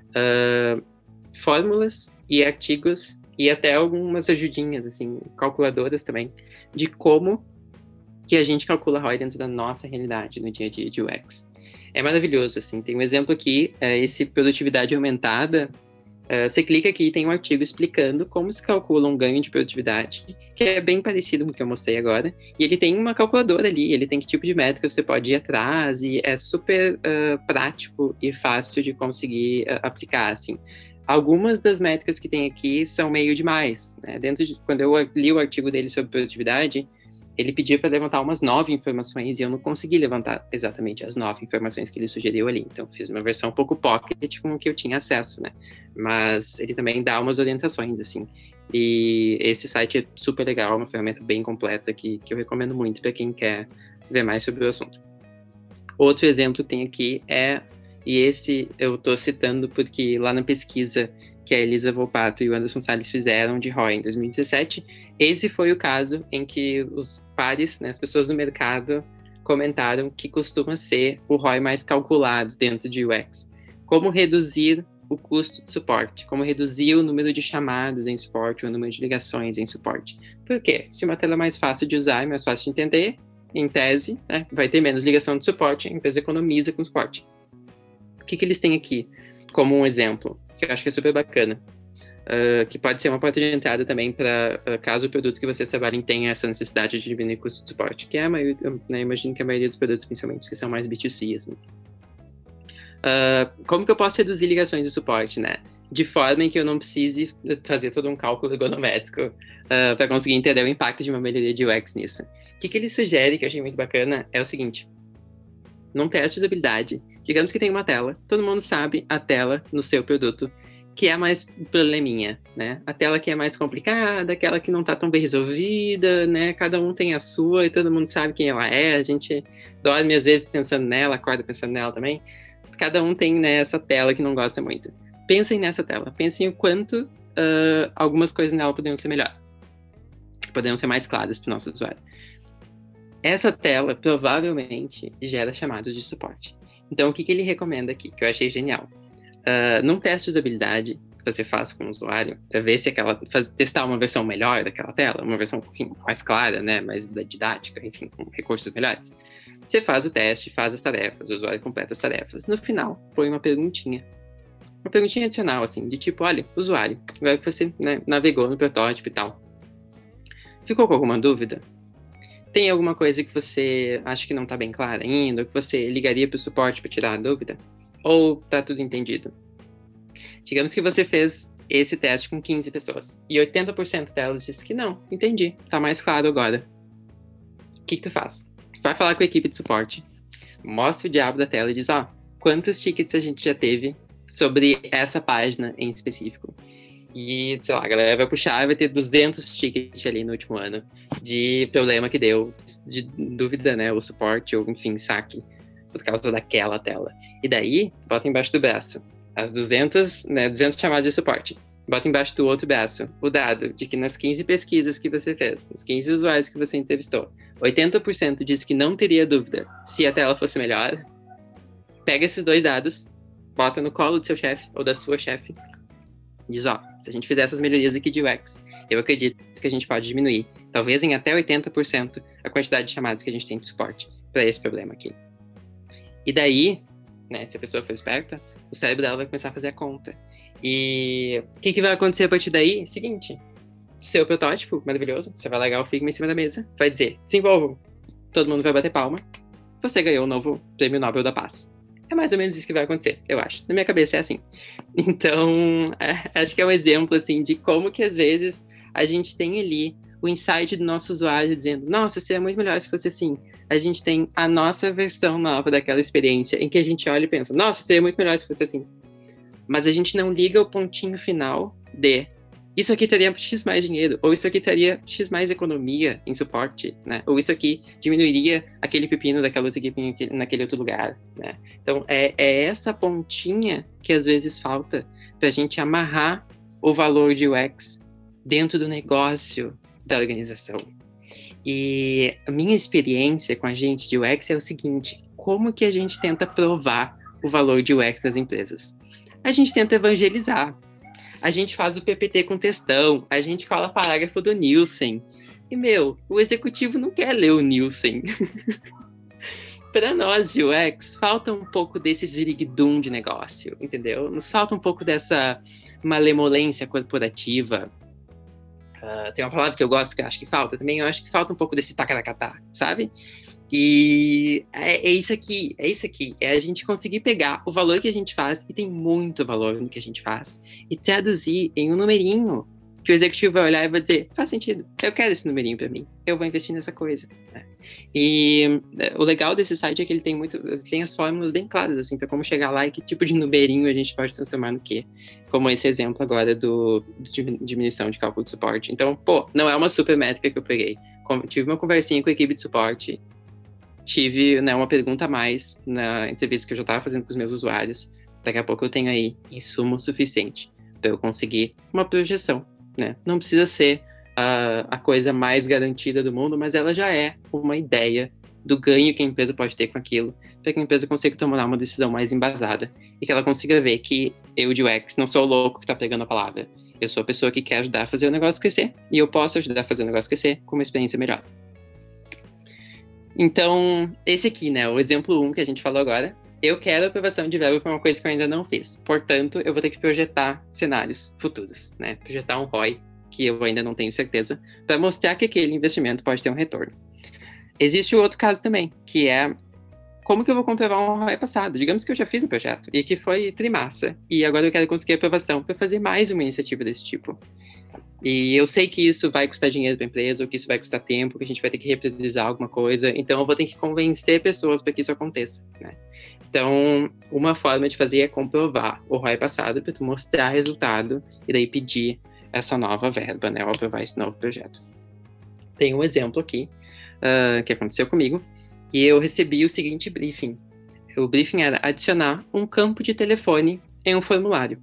fórmulas e artigos e até algumas ajudinhas, assim, calculadoras também, de como que a gente calcula ROI dentro da nossa realidade no dia a dia de UX. É maravilhoso, assim, tem um exemplo aqui, esse produtividade aumentada. Você clica aqui e tem um artigo explicando como se calcula um ganho de produtividade, que é bem parecido com o que eu mostrei agora, e ele tem uma calculadora ali, ele tem que tipo de métrica você pode ir atrás, e é super prático e fácil de conseguir aplicar, assim. Algumas das métricas que tem aqui são meio demais, né? Quando eu li o artigo dele sobre produtividade, ele pediu para levantar umas 9 informações e eu não consegui levantar exatamente as 9 informações que ele sugeriu ali. Então, fiz uma versão um pouco pocket com o que eu tinha acesso, né? Mas ele também dá umas orientações, assim. E esse site é super legal, uma ferramenta bem completa que eu recomendo muito para quem quer ver mais sobre o assunto. Outro exemplo que tem aqui e esse eu estou citando porque lá na pesquisa que a Elisa Volpato e o Anderson Salles fizeram de ROI em 2017, esse foi o caso em que os pares, né, as pessoas do mercado, comentaram que costuma ser o ROI mais calculado dentro de UX. Como reduzir o custo de suporte, como reduzir o número de chamadas em suporte, o número de ligações em suporte. Por quê? Se uma tela é mais fácil de usar e mais fácil de entender, em tese, né, vai ter menos ligação de suporte, a empresa economiza com suporte. O que eles têm aqui como um exemplo, que eu acho que é super bacana, que pode ser uma porta de entrada também para caso o produto que vocês trabalhem tenha essa necessidade de diminuir custo de suporte, que é a maioria, né, imagino que a maioria dos produtos, principalmente, que são mais B2C, assim. Como que eu posso reduzir ligações de suporte, né? De forma em que eu não precise fazer todo um cálculo ergonométrico para conseguir entender o impacto de uma melhoria de UX nisso. O que ele sugere, que eu achei muito bacana, é o seguinte. Num teste de usabilidade, digamos que tem uma tela, todo mundo sabe a tela no seu produto, que é a mais probleminha, né? A tela que é mais complicada, aquela que não está tão bem resolvida, né? Cada um tem a sua e todo mundo sabe quem ela é, a gente dorme às vezes pensando nela, acorda pensando nela também. Cada um tem, né, essa tela que não gosta muito. Pensem nessa tela, pensem o quanto algumas coisas nela poderiam ser melhor, poderiam ser mais claras para o nosso usuário. Essa tela provavelmente gera chamados de suporte. Então, o que ele recomenda aqui, que eu achei genial? Num teste de usabilidade que você faz com o usuário, para ver se testar uma versão melhor daquela tela, uma versão um pouquinho mais clara, né, mais didática, enfim, com recursos melhores, você faz o teste, faz as tarefas, o usuário completa as tarefas. No final, põe uma perguntinha adicional, assim, de tipo, olha, usuário, agora que você, né, navegou no protótipo e tal, ficou com alguma dúvida? Tem alguma coisa que você acha que não está bem clara ainda, ou que você ligaria para o suporte para tirar a dúvida? Ou tá tudo entendido? Digamos que você fez esse teste com 15 pessoas, e 80% delas disse que não, entendi, tá mais claro agora. O que tu faz? Vai falar com a equipe de suporte, mostra o diabo da tela e diz, quantos tickets a gente já teve sobre essa página em específico. E, sei lá, a galera vai puxar e vai ter 200 tickets ali no último ano de problema que deu, de dúvida, né, ou suporte, ou enfim, saque, por causa daquela tela. E daí, bota embaixo do braço as 200 chamadas de suporte. Bota embaixo do outro braço o dado de que nas 15 pesquisas que você fez, nos 15 usuários que você entrevistou, 80% disse que não teria dúvida se a tela fosse melhor. Pega esses dois dados, bota no colo do seu chefe ou da sua chefe, diz, se a gente fizer essas melhorias aqui de UX, eu acredito que a gente pode diminuir, talvez em até 80%, a quantidade de chamadas que a gente tem de suporte para esse problema aqui. E daí, né, se a pessoa for esperta, o cérebro dela vai começar a fazer a conta. E o que vai acontecer a partir daí? Seguinte, seu protótipo maravilhoso, você vai largar o Figma em cima da mesa, vai dizer, desenvolvam. Todo mundo vai bater palma, você ganhou o novo Prêmio Nobel da Paz. É mais ou menos isso que vai acontecer, eu acho. Na minha cabeça é assim. Então, acho que é um exemplo, assim, de como que às vezes a gente tem ali o insight do nosso usuário dizendo, nossa, seria muito melhor se fosse assim. A gente tem a nossa versão nova daquela experiência, em que a gente olha e pensa, nossa, seria muito melhor se fosse assim. Mas a gente não liga o pontinho final de isso aqui teria X mais dinheiro, ou isso aqui teria X mais economia em suporte, né? Ou isso aqui diminuiria aquele pepino daquela outra equipe naquele outro lugar, né? Então, é essa pontinha que às vezes falta para a gente amarrar o valor de UX dentro do negócio da organização. E a minha experiência com a gente de UX é o seguinte, como que a gente tenta provar o valor de UX nas empresas? A gente tenta evangelizar. A gente faz o PPT com textão, a gente cola parágrafo do Nielsen. E, o executivo não quer ler o Nielsen. Para nós de UX, falta um pouco desse ziriguidum de negócio, entendeu? Nos falta um pouco dessa malemolência corporativa. Tem uma palavra que eu gosto, que eu acho que falta também, eu acho que falta um pouco desse tacaracatá, sabe? E é isso aqui, é a gente conseguir pegar o valor que a gente faz, e tem muito valor no que a gente faz, e traduzir em um numerinho que o executivo vai olhar e vai dizer, faz sentido, eu quero esse numerinho para mim, eu vou investir nessa coisa. E o legal desse site é que ele tem as fórmulas bem claras, assim, para como chegar lá e que tipo de numerinho a gente pode transformar no quê, como esse exemplo agora do diminuição de cálculo de suporte. Então, não é uma super métrica que eu peguei. Tive uma conversinha com a equipe de suporte, tive, né, uma pergunta a mais na entrevista que eu já estava fazendo com os meus usuários. Daqui a pouco eu tenho aí insumo suficiente para eu conseguir uma projeção, né? Não precisa ser a coisa mais garantida do mundo, mas ela já é uma ideia do ganho que a empresa pode ter com aquilo, para que a empresa consiga tomar uma decisão mais embasada e que ela consiga ver que eu de UX não sou o louco que está pegando a palavra. Eu sou a pessoa que quer ajudar a fazer o negócio crescer e eu posso ajudar a fazer o negócio crescer com uma experiência melhor. Então, esse aqui, né, o exemplo 1 que a gente falou agora, eu quero aprovação de verba para uma coisa que eu ainda não fiz. Portanto, eu vou ter que projetar cenários futuros, né? Projetar um ROI, que eu ainda não tenho certeza, para mostrar que aquele investimento pode ter um retorno. Existe o outro caso também, que é como que eu vou comprovar um ROI passado? Digamos que eu já fiz um projeto e que foi trimassa, e agora eu quero conseguir aprovação para fazer mais uma iniciativa desse tipo. E eu sei que isso vai custar dinheiro para a empresa, ou que isso vai custar tempo, que a gente vai ter que repriorizar alguma coisa, então eu vou ter que convencer pessoas para que isso aconteça, né? Então, uma forma de fazer é comprovar o ROI passado para tu mostrar resultado e daí pedir essa nova verba, né, ou aprovar esse novo projeto. Tem um exemplo aqui que aconteceu comigo, e eu recebi o seguinte briefing. O briefing era adicionar um campo de telefone em um formulário.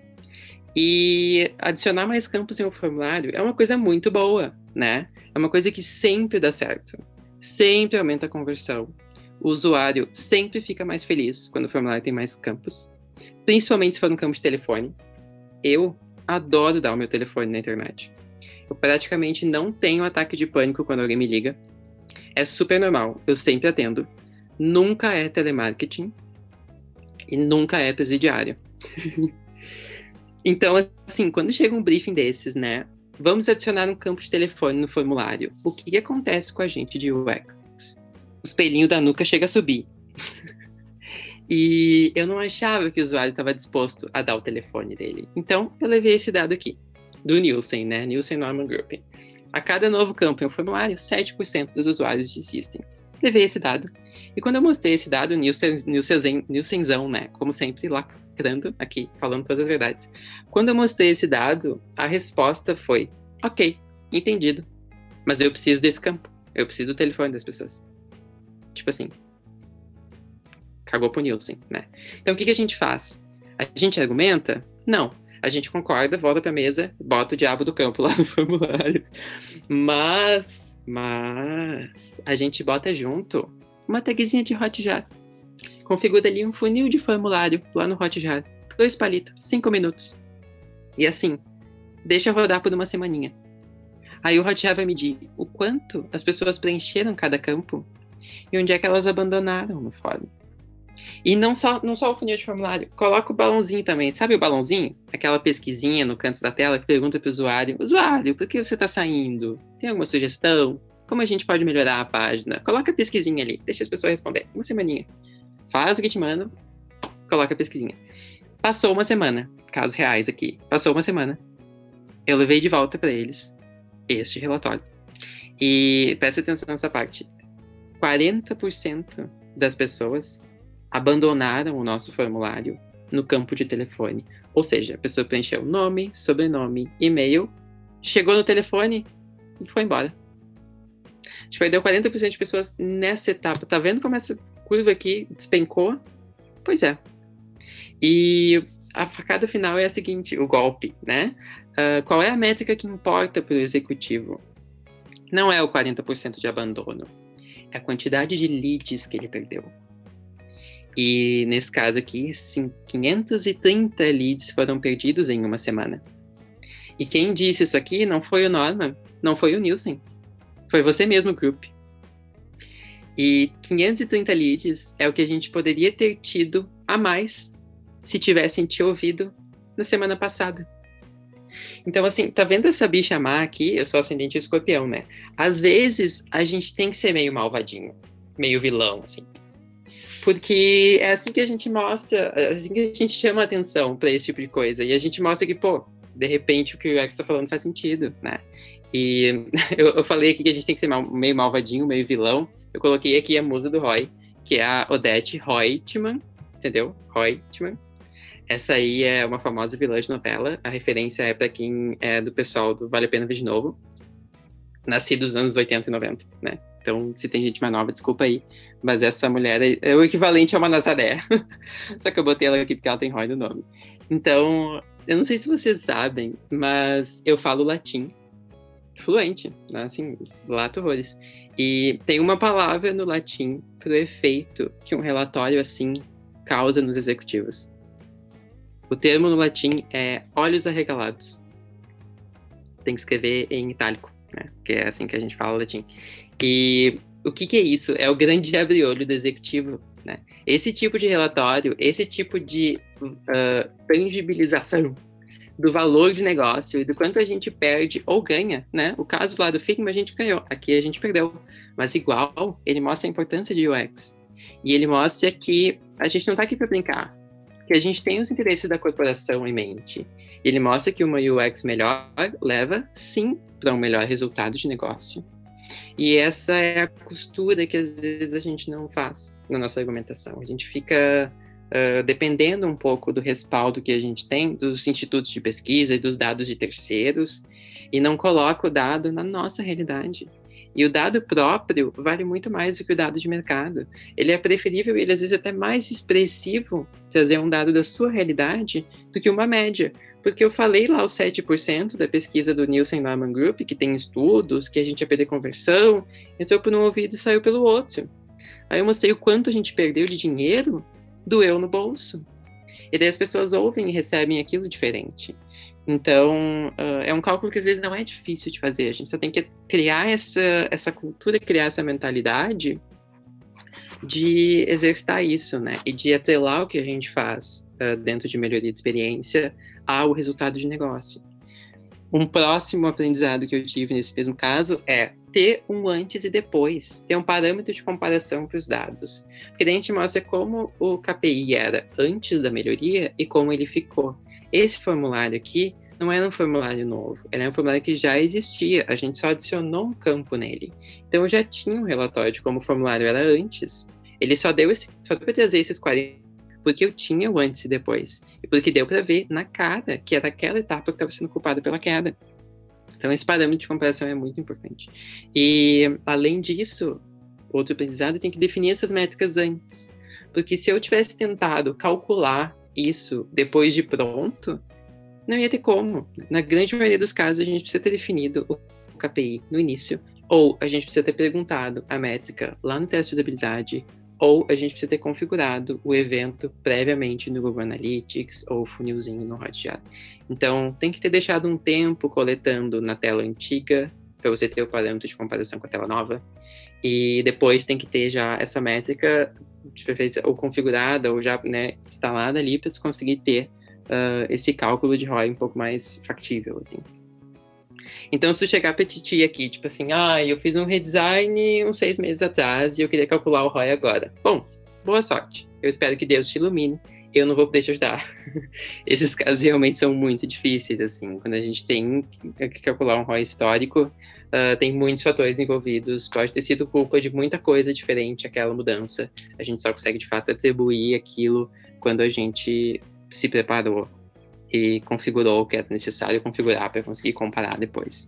E adicionar mais campos em um formulário é uma coisa muito boa, né? É uma coisa que sempre dá certo. Sempre aumenta a conversão. O usuário sempre fica mais feliz quando o formulário tem mais campos. Principalmente se for um campo de telefone. Eu adoro dar o meu telefone na internet. Eu praticamente não tenho ataque de pânico quando alguém me liga. É super normal, eu sempre atendo. Nunca é telemarketing. E nunca é presidiário. Então, assim, quando chega um briefing desses, né? Vamos adicionar um campo de telefone no formulário. O que acontece com a gente de UX? O espelhinho da nuca chega a subir. E eu não achava que o usuário estava disposto a dar o telefone dele. Então, eu levei esse dado aqui, do Nielsen, né? Nielsen Norman Group. A cada novo campo em um formulário, 7% dos usuários desistem. Levei esse dado. E quando eu mostrei esse dado, Nielsenzão, né? Como sempre, lacrando aqui, falando todas as verdades. Quando eu mostrei esse dado, a resposta foi: ok, entendido. Mas eu preciso desse campo. Eu preciso do telefone das pessoas. Tipo assim. Cagou pro Nielsen, né? Então o que a gente faz? A gente argumenta? Não. A gente concorda, volta pra mesa, bota o diabo do campo lá no formulário. Mas a gente bota junto uma tagzinha de Hotjar. Configura ali um funil de formulário lá no Hotjar. 2 palitos, 5 minutos. E assim, deixa rodar por uma semaninha. Aí o Hotjar vai medir o quanto as pessoas preencheram cada campo e onde é que elas abandonaram no fórum. E não só o funil de formulário, coloca o balãozinho também. Sabe o balãozinho? Aquela pesquisinha no canto da tela que pergunta para o usuário: usuário, por que você está saindo? Tem alguma sugestão? Como a gente pode melhorar a página? Coloca a pesquisinha ali, deixa as pessoas responder. Uma semaninha. Faz o que te manda, coloca a pesquisinha. Passou uma semana, casos reais aqui. Passou uma semana. Eu levei de volta para eles este relatório. E presta atenção nessa parte. 40% das pessoas abandonaram o nosso formulário no campo de telefone. Ou seja, a pessoa preencheu nome, sobrenome, e-mail, chegou no telefone e foi embora. A gente perdeu 40% de pessoas nessa etapa. Tá vendo como essa curva aqui despencou? Pois é. E a facada final é a seguinte, o golpe, né? Qual é a métrica que importa para o executivo? Não é o 40% de abandono. É a quantidade de leads que ele perdeu. E nesse caso aqui, 530 leads foram perdidos em uma semana. E quem disse isso aqui não foi o Norman, não foi o Nielsen. Foi você mesmo, Group. E 530 leads é o que a gente poderia ter tido a mais se tivessem te ouvido na semana passada. Então, assim, tá vendo essa bicha má aqui? Eu sou ascendente escorpião, né? Às vezes, a gente tem que ser meio malvadinho, meio vilão, assim. Porque é assim que a gente mostra, é assim que a gente chama a atenção pra esse tipo de coisa. E a gente mostra que, pô, de repente o que o UX tá falando faz sentido, né? E eu falei aqui que a gente tem que ser meio malvadinho, meio vilão. Eu coloquei aqui a musa do Roy, que é a Odete Reutemann, entendeu? Reutemann. Essa aí é uma famosa vilã de novela. A referência é pra quem é do pessoal do Vale a Pena Ver de Novo. Nascido nos anos 80 e 90, né? Então, se tem gente mais nova, desculpa aí. Mas essa mulher é o equivalente a uma Nazaré. Só que eu botei ela aqui porque ela tem Roy no nome. Então, eu não sei se vocês sabem, mas eu falo latim fluente, né? Assim, lato horrores. E tem uma palavra no latim pro efeito que um relatório assim causa nos executivos. O termo no latim é olhos arregalados. Tem que escrever em itálico, né? Que é assim que a gente fala latim. E O que é isso? É o grande abre-olho do executivo, né? Esse tipo de relatório, esse tipo de tangibilização do valor de negócio e do quanto a gente perde ou ganha, né? O caso lá do Figma a gente ganhou, aqui a gente perdeu. Mas igual, ele mostra a importância de UX. E ele mostra que a gente não está aqui para brincar, que a gente tem os interesses da corporação em mente. Ele mostra que uma UX melhor leva, sim, para um melhor resultado de negócio. E essa é a costura que às vezes a gente não faz na nossa argumentação. A gente fica dependendo um pouco do respaldo que a gente tem dos institutos de pesquisa e dos dados de terceiros, e não coloca o dado na nossa realidade. E o dado próprio vale muito mais do que o dado de mercado. Ele é preferível e ele às vezes é até mais expressivo trazer um dado da sua realidade do que uma média. Porque eu falei lá os 7% da pesquisa do Nielsen Norman Group, que tem estudos, que a gente ia perder conversão, entrou por um ouvido e saiu pelo outro. Aí eu mostrei o quanto a gente perdeu de dinheiro, doeu no bolso. E daí as pessoas ouvem e recebem aquilo diferente. Então, é um cálculo que às vezes não é difícil de fazer. A gente só tem que criar essa cultura, criar essa mentalidade de exercitar isso, né? E de atrelar o que a gente faz dentro de melhoria de experiência ao resultado de negócio. Um próximo aprendizado que eu tive nesse mesmo caso é ter um antes e depois, ter um parâmetro de comparação para os dados. Porque daí a gente mostra como o KPI era antes da melhoria e como ele ficou. Esse formulário aqui não era um formulário novo, era um formulário que já existia, a gente só adicionou um campo nele. Então eu já tinha um relatório de como o formulário era antes, ele só deu para trazer esses 40, porque eu tinha o antes e depois, e porque deu para ver na cara que era aquela etapa que estava sendo culpada pela queda. Então esse parâmetro de comparação é muito importante. E além disso, outro aprendizado tem que definir essas métricas antes, porque se eu tivesse tentado calcular isso depois de pronto, não ia ter como. Na grande maioria dos casos, a gente precisa ter definido o KPI no início, ou a gente precisa ter perguntado a métrica lá no teste de usabilidade, ou a gente precisa ter configurado o evento previamente no Google Analytics ou funilzinho no Hotjar. Então, tem que ter deixado um tempo coletando na tela antiga, para você ter o parâmetro de comparação com a tela nova, e depois tem que ter já essa métrica de preferência ou configurada ou já, né, instalada ali para você conseguir ter esse cálculo de ROI um pouco mais factível, assim. Então, se tu chegar pra Titi aqui, tipo assim, eu fiz um redesign uns 6 meses atrás e eu queria calcular o ROI agora. Bom, boa sorte. Eu espero que Deus te ilumine. Eu não vou poder te ajudar. Esses casos realmente são muito difíceis, assim. Quando a gente tem que calcular um ROI histórico, tem muitos fatores envolvidos. Pode ter sido culpa de muita coisa diferente aquela mudança. A gente só consegue, de fato, atribuir aquilo quando a gente se preparou e configurou o que era necessário configurar para conseguir comparar depois.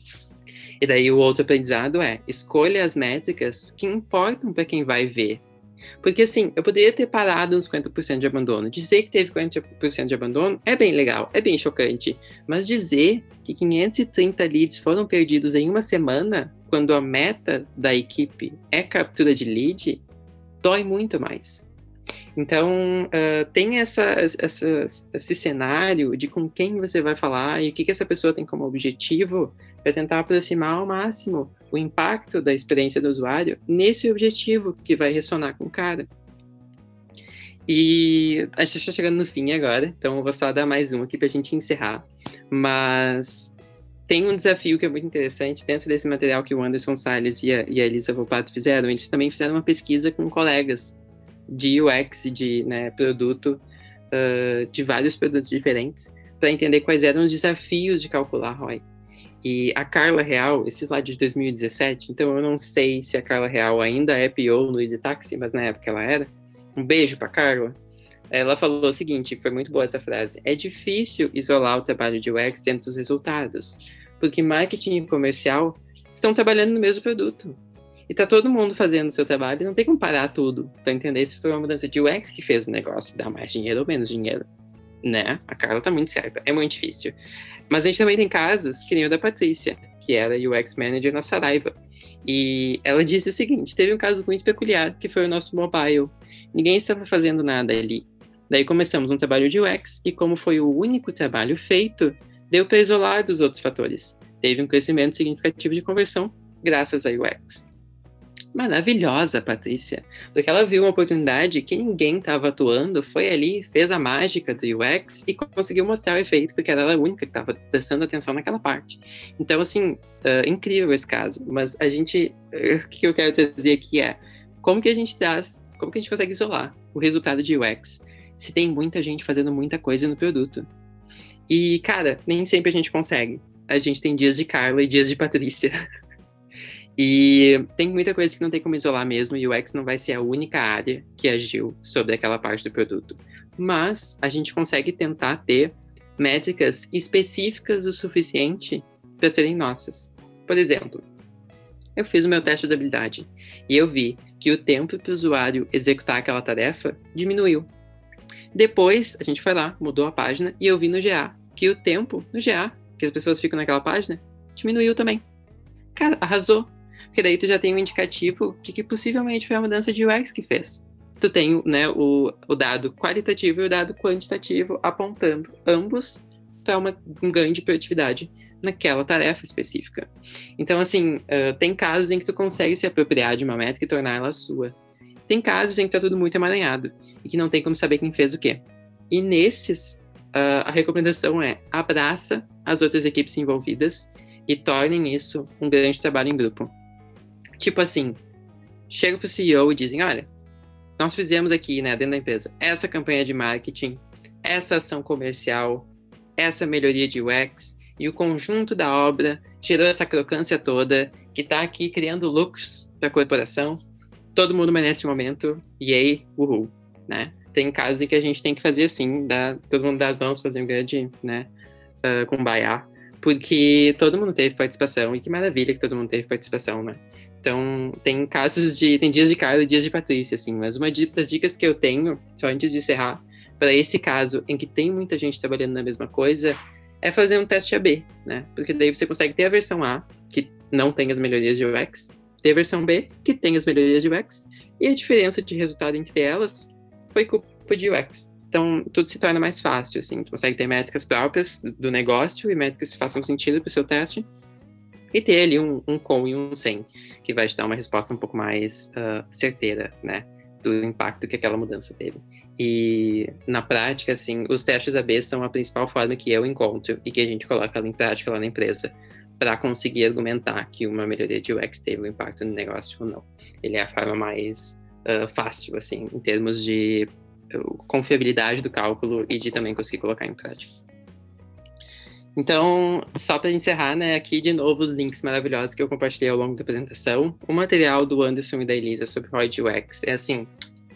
E daí o outro aprendizado é, escolha as métricas que importam para quem vai ver. Porque assim, eu poderia ter parado nos 50% de abandono. Dizer que teve 40% de abandono é bem legal, é bem chocante. Mas dizer que 530 leads foram perdidos em uma semana, quando a meta da equipe é captura de lead, dói muito mais. Então, tem esse cenário de com quem você vai falar e o que essa pessoa tem como objetivo para tentar aproximar ao máximo o impacto da experiência do usuário nesse objetivo que vai ressonar com o cara. E a gente está chegando no fim agora, então eu vou só dar mais um aqui para a gente encerrar. Mas tem um desafio que é muito interessante dentro desse material que o Anderson Salles e a Elisa Volpato fizeram. Eles também fizeram uma pesquisa com colegas de UX, de produto, de vários produtos diferentes, para entender quais eram os desafios de calcular ROI. E a Carla Real, esse slide de 2017, então eu não sei se a Carla Real ainda é PO no EasyTaxi, mas na época ela era. Um beijo para Carla. Ela falou o seguinte, foi muito boa essa frase: é difícil isolar o trabalho de UX dentro dos resultados, porque marketing e comercial estão trabalhando no mesmo produto. E tá todo mundo fazendo o seu trabalho, não tem como parar tudo para entender se foi uma mudança de UX que fez o negócio dar mais dinheiro ou menos dinheiro, né? A Carla tá muito certa, é muito difícil. Mas a gente também tem casos, que nem o da Patrícia, que era UX Manager na Saraiva. E ela disse o seguinte, teve um caso muito peculiar, que foi o nosso mobile. Ninguém estava fazendo nada ali. Daí começamos um trabalho de UX, e como foi o único trabalho feito, deu para isolar dos outros fatores. Teve um crescimento significativo de conversão, graças a UX. maravilhosa, Patrícia, porque ela viu uma oportunidade que ninguém estava atuando, foi ali, fez a mágica do UX e conseguiu mostrar o efeito, porque era ela a única que estava prestando atenção naquela parte. Então, assim, incrível esse caso, mas a gente, o que eu quero dizer aqui é, como que a gente consegue isolar o resultado de UX se tem muita gente fazendo muita coisa no produto? E, cara, nem sempre a gente consegue. A gente tem dias de Carla e dias de Patrícia. E tem muita coisa que não tem como isolar mesmo, e o UX não vai ser a única área que agiu sobre aquela parte do produto. Mas a gente consegue tentar ter métricas específicas o suficiente para serem nossas. Por exemplo, eu fiz o meu teste de usabilidade e eu vi que o tempo para o usuário executar aquela tarefa diminuiu. Depois, a gente foi lá, mudou a página, e eu vi no GA que o tempo no GA, que as pessoas ficam naquela página, diminuiu também. Cara, arrasou. Porque daí tu já tem um indicativo que possivelmente foi a mudança de UX que fez. Tu tem, né, o dado qualitativo e o dado quantitativo apontando ambos para um ganho de produtividade naquela tarefa específica. Então, assim, tem casos em que tu consegue se apropriar de uma métrica e tornar ela sua. Tem casos em que tá tudo muito emaranhado e que não tem como saber quem fez o quê. E nesses, a recomendação é abraça as outras equipes envolvidas e tornem isso um grande trabalho em grupo. Tipo assim, chega pro CEO e dizem, olha, nós fizemos aqui, né, dentro da empresa, essa campanha de marketing, essa ação comercial, essa melhoria de UX, e o conjunto da obra gerou essa crocância toda, que tá aqui criando lucros para a corporação. Todo mundo merece um momento, e aí, uhul, né? Tem casos em que a gente tem que fazer assim, todo mundo dá as mãos, fazer um grande, né, kumbaya, porque todo mundo teve participação, e que maravilha que todo mundo teve participação, né? Então, tem dias de Carla e dias de Patrícia, assim, mas uma das dicas que eu tenho, só antes de encerrar, para esse caso em que tem muita gente trabalhando na mesma coisa, é fazer um teste AB, né? Porque daí você consegue ter a versão A, que não tem as melhorias de UX, ter a versão B, que tem as melhorias de UX, e a diferença de resultado entre elas foi culpa de UX. Então, tudo se torna mais fácil, assim, tu consegue ter métricas próprias do negócio e métricas que façam sentido para o seu teste, e ter ali um com e um sem, que vai te dar uma resposta um pouco mais certeira, né, do impacto que aquela mudança teve. E, na prática, assim, os testes AB são a principal forma que eu encontro e que a gente coloca em prática lá na empresa para conseguir argumentar que uma melhoria de UX teve um impacto no negócio ou não. Ele é a forma mais fácil, assim, em termos de confiabilidade do cálculo e de também conseguir colocar em prática. Então, só para encerrar, né, aqui de novo os links maravilhosos que eu compartilhei ao longo da apresentação. O material do Anderson e da Elisa sobre ROI de UX é, assim,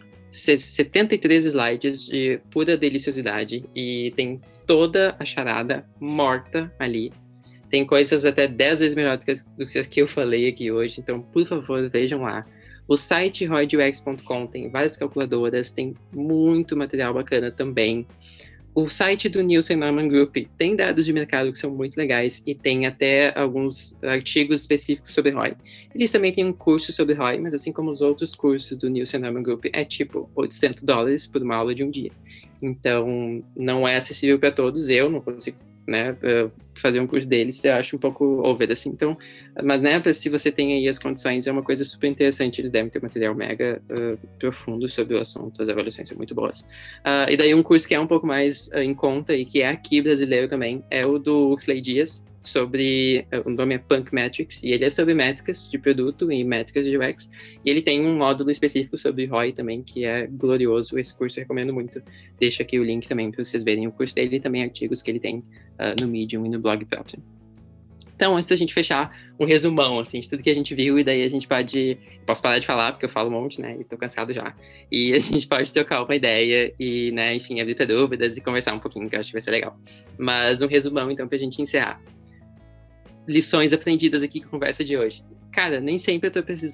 73 slides de pura deliciosidade e tem toda a charada morta ali. Tem coisas até 10 vezes melhores do que as que eu falei aqui hoje, então, por favor, vejam lá. O site roidux.com tem várias calculadoras, tem muito material bacana também. O site do Nielsen Norman Group tem dados de mercado que são muito legais e tem até alguns artigos específicos sobre ROI. Eles também têm um curso sobre ROI, mas assim como os outros cursos do Nielsen Norman Group, é tipo $800 por uma aula de um dia. Então, não é acessível para todos, eu não consigo, né, fazer um curso deles, eu acho um pouco over, assim, então, mas, né, se você tem aí as condições, é uma coisa super interessante, eles devem ter material mega profundo sobre o assunto, as avaliações são muito boas. E daí um curso que é um pouco mais em conta e que é aqui brasileiro também, é o do Huxley Dias, o nome é Punk Metrics, e ele é sobre métricas de produto e métricas de UX, e ele tem um módulo específico sobre ROI também, que é glorioso, esse curso eu recomendo muito. Deixo aqui o link também para vocês verem o curso dele e também artigos que ele tem no Medium e no blog próprio. Então, antes da gente fechar, um resumão, assim, de tudo que a gente viu, e daí a gente posso parar de falar, porque eu falo um monte, né, e tô cansado já, e a gente pode trocar uma ideia e, né, enfim, abrir para dúvidas e conversar um pouquinho, que eu acho que vai ser legal. Mas um resumão, então, pra gente encerrar. Lições aprendidas aqui com a conversa de hoje. Cara, nem sempre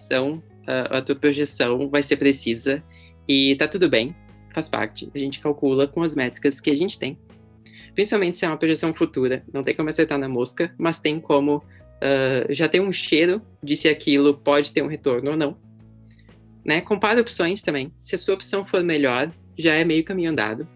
a tua projeção vai ser precisa, e tá tudo bem, faz parte, a gente calcula com as métricas que a gente tem. Principalmente se é uma projeção futura, não tem como acertar na mosca, mas tem como já ter um cheiro de se aquilo pode ter um retorno ou não. Né? Compara opções também. Se a sua opção for melhor, já é meio caminho andado.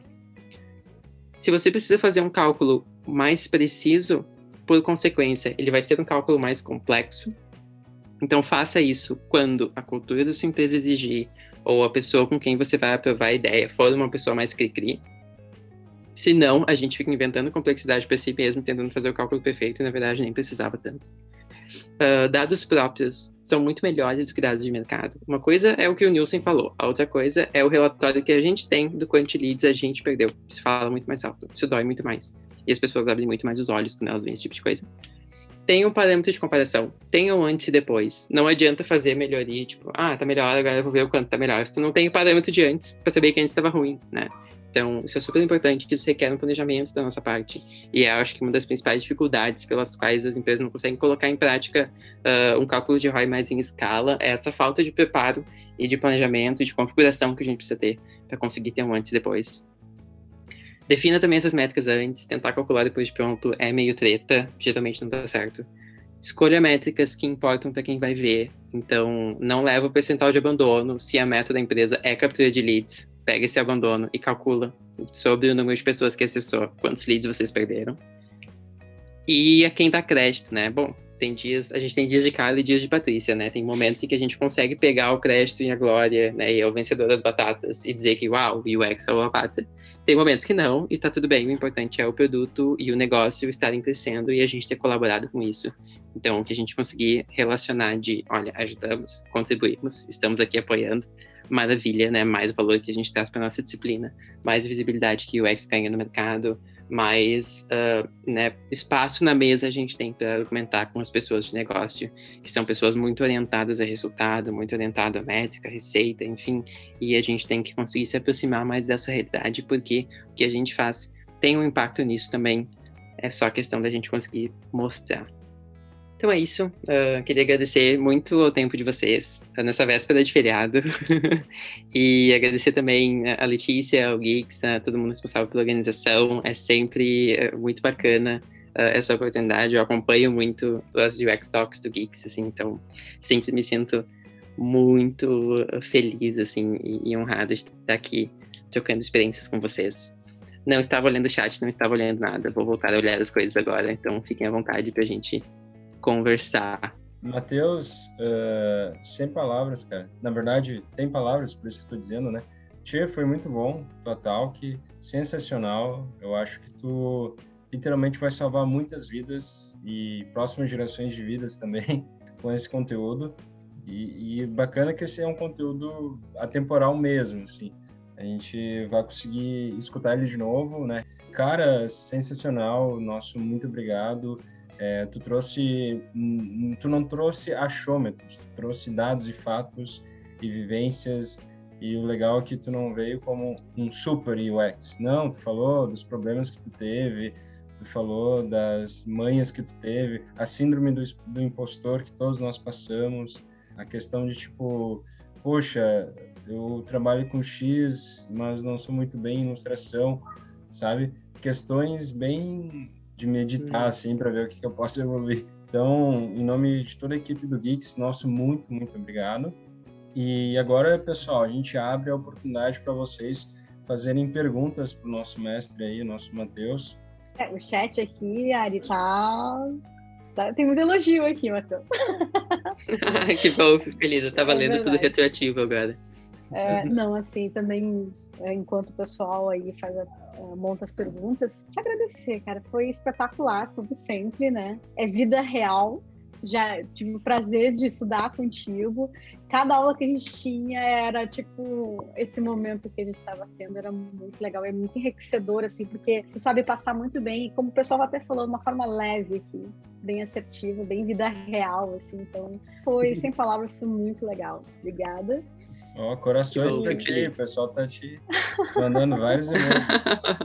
Se você precisa fazer um cálculo mais preciso, por consequência, ele vai ser um cálculo mais complexo. Então, faça isso quando a cultura da sua empresa exigir, ou a pessoa com quem você vai aprovar a ideia for uma pessoa mais cri-cri. Se não, a gente fica inventando complexidade para si mesmo, tentando fazer o cálculo perfeito, e na verdade nem precisava tanto. Dados próprios são muito melhores do que dados de mercado. Uma coisa é o que o Nielsen falou, a outra coisa é o relatório que a gente tem do quanto leads a gente perdeu. Isso fala muito mais alto, isso dói muito mais. E as pessoas abrem muito mais os olhos quando elas veem esse tipo de coisa. Tem um parâmetro de comparação, tem o antes e depois. Não adianta fazer melhoria, tipo, tá melhor, agora eu vou ver o quanto tá melhor. Se tu não tem o parâmetro de antes, pra saber que antes estava ruim, né? Então, isso é super importante, que isso requer um planejamento da nossa parte. E eu acho que uma das principais dificuldades pelas quais as empresas não conseguem colocar em prática um cálculo de ROI mais em escala é essa falta de preparo e de planejamento e de configuração que a gente precisa ter para conseguir ter um antes e depois. Defina também essas métricas antes, tentar calcular depois de pronto é meio treta, geralmente não dá certo. Escolha métricas que importam para quem vai ver, então não leva o percentual de abandono se a meta da empresa é captura de leads. Pega esse abandono e calcula sobre o número de pessoas que acessou, quantos leads vocês perderam. E a quem dá crédito, né? Bom, a gente tem dias de Carla e dias de Patrícia, né? Tem momentos em que a gente consegue pegar o crédito e a glória, né? E é o vencedor das batatas e dizer que, uau, o UX salvou a pátria. Tem momentos que não, e tá tudo bem. O importante é o produto e o negócio estarem crescendo e a gente ter colaborado com isso. Então, que a gente conseguir relacionar de, olha, ajudamos, contribuímos, estamos aqui apoiando, maravilha, né? Mais valor que a gente traz para nossa disciplina, mais visibilidade que o UX ganha no mercado, mais né, espaço na mesa a gente tem para argumentar com as pessoas de negócio, que são pessoas muito orientadas a resultado, muito orientadas a métrica, receita, enfim, e a gente tem que conseguir se aproximar mais dessa realidade, porque o que a gente faz tem um impacto nisso também, é só questão da gente conseguir mostrar. Então é isso, queria agradecer muito o tempo de vocês nessa véspera de feriado e agradecer também a Letícia, ao Geeks, a todo mundo responsável pela organização. É sempre muito bacana essa oportunidade, eu acompanho muito as UX Talks do Geeks, assim, então sempre me sinto muito feliz assim, e honrada de estar aqui trocando experiências com vocês. Não estava olhando o chat, não estava olhando nada, vou voltar a olhar as coisas agora, então fiquem à vontade pra gente conversar. Matheus, sem palavras, cara. Na verdade, tem palavras, por isso que eu tô dizendo, né? Tchê, foi muito bom, tua talk, sensacional. Eu acho que tu literalmente vai salvar muitas vidas e próximas gerações de vidas também com esse conteúdo. E bacana que esse é um conteúdo atemporal mesmo, assim. A gente vai conseguir escutar ele de novo, né? Cara, sensacional, nosso muito obrigado. Tu não trouxe achômetros, tu trouxe dados e fatos e vivências, e o legal é que tu não veio como um super UX, não, tu falou dos problemas que tu teve, tu falou das manhas que tu teve, a síndrome do impostor que todos nós passamos, a questão de tipo, poxa, eu trabalho com X, mas não sou muito bem em ilustração, sabe? Questões bem de meditar, assim, para ver o que eu posso evoluir. Então, em nome de toda a equipe do Geeks, nosso muito, muito obrigado. E agora, pessoal, a gente abre a oportunidade para vocês fazerem perguntas para o nosso mestre aí, o nosso Matheus. O chat aqui, Ari, tem muito elogio aqui, Matheus. Que bom, fico feliz. Eu tava lendo tudo retroativo agora. Não, assim, também, enquanto o pessoal aí monta as perguntas, te agradecer, cara. Foi espetacular, como sempre, né? É vida real. Já tive o prazer de estudar contigo. Cada aula que a gente tinha era, tipo, esse momento que a gente estava tendo era muito legal, é muito enriquecedor, assim, porque tu sabe passar muito bem, e como o pessoal até falou, de uma forma leve aqui, bem assertiva, bem vida real, assim. Então, foi, sem palavras, foi muito legal. Obrigada. Corações pra ti, o pessoal tá te mandando vários emojis.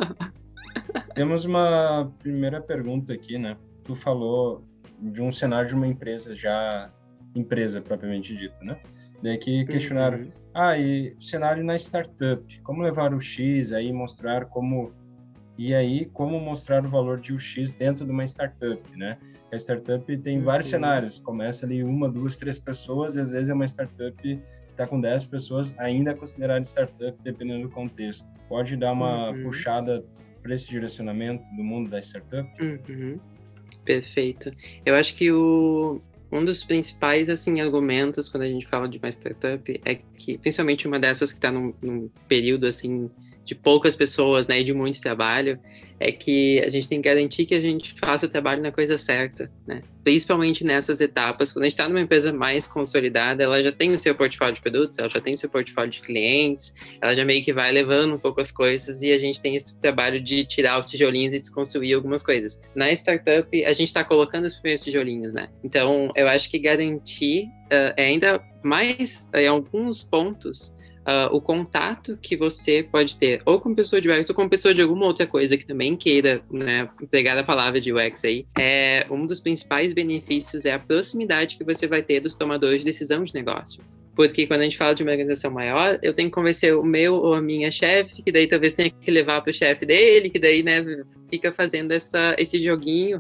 Temos uma primeira pergunta aqui, né? Tu falou de um cenário de uma empresa empresa propriamente dita, né? Daí que questionaram, e cenário na startup, como levar o X aí, mostrar como mostrar o valor de UX dentro de uma startup, né? A startup tem vários cenários, começa ali 1, 2, 3 pessoas, e às vezes é uma startup que está com 10 pessoas, ainda é considerada startup, dependendo do contexto. Pode dar uma puxada para esse direcionamento do mundo da startup? Perfeito. Eu acho que o Um dos principais, assim, argumentos quando a gente fala de uma startup é que, principalmente uma dessas que está num período, assim, de poucas pessoas, né, e de muito trabalho, é que a gente tem que garantir que a gente faça o trabalho na coisa certa, né? Principalmente nessas etapas, quando a gente está numa empresa mais consolidada, ela já tem o seu portfólio de produtos, ela já tem o seu portfólio de clientes, ela já meio que vai levando um pouco as coisas e a gente tem esse trabalho de tirar os tijolinhos e desconstruir algumas coisas. Na startup, a gente está colocando os primeiros tijolinhos, né? Então, eu acho que garantir é ainda mais, em alguns pontos, o contato que você pode ter, ou com pessoa de UX, ou com pessoa de alguma outra coisa que também queira, né, pegar a palavra de UX aí, um dos principais benefícios é a proximidade que você vai ter dos tomadores de decisão de negócio. Porque quando a gente fala de uma organização maior, eu tenho que convencer o meu ou a minha chefe, que daí talvez tenha que levar para o chefe dele, que daí, né, fica fazendo esse joguinho,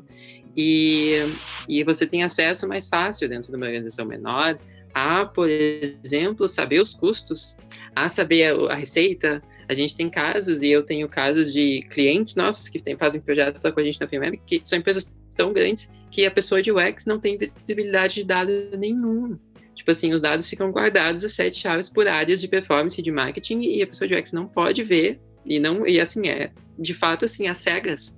e você tem acesso mais fácil dentro de uma organização menor a, por exemplo, saber os custos, a saber a receita. A gente tem casos, e eu tenho casos de clientes nossos que fazem projetos lá com a gente na Filmweb, que são empresas tão grandes que a pessoa de UX não tem visibilidade de dados nenhum. Tipo assim, os dados ficam guardados a 7 chaves por áreas de performance e de marketing, e a pessoa de UX não pode ver, e assim, de fato, assim, às cegas.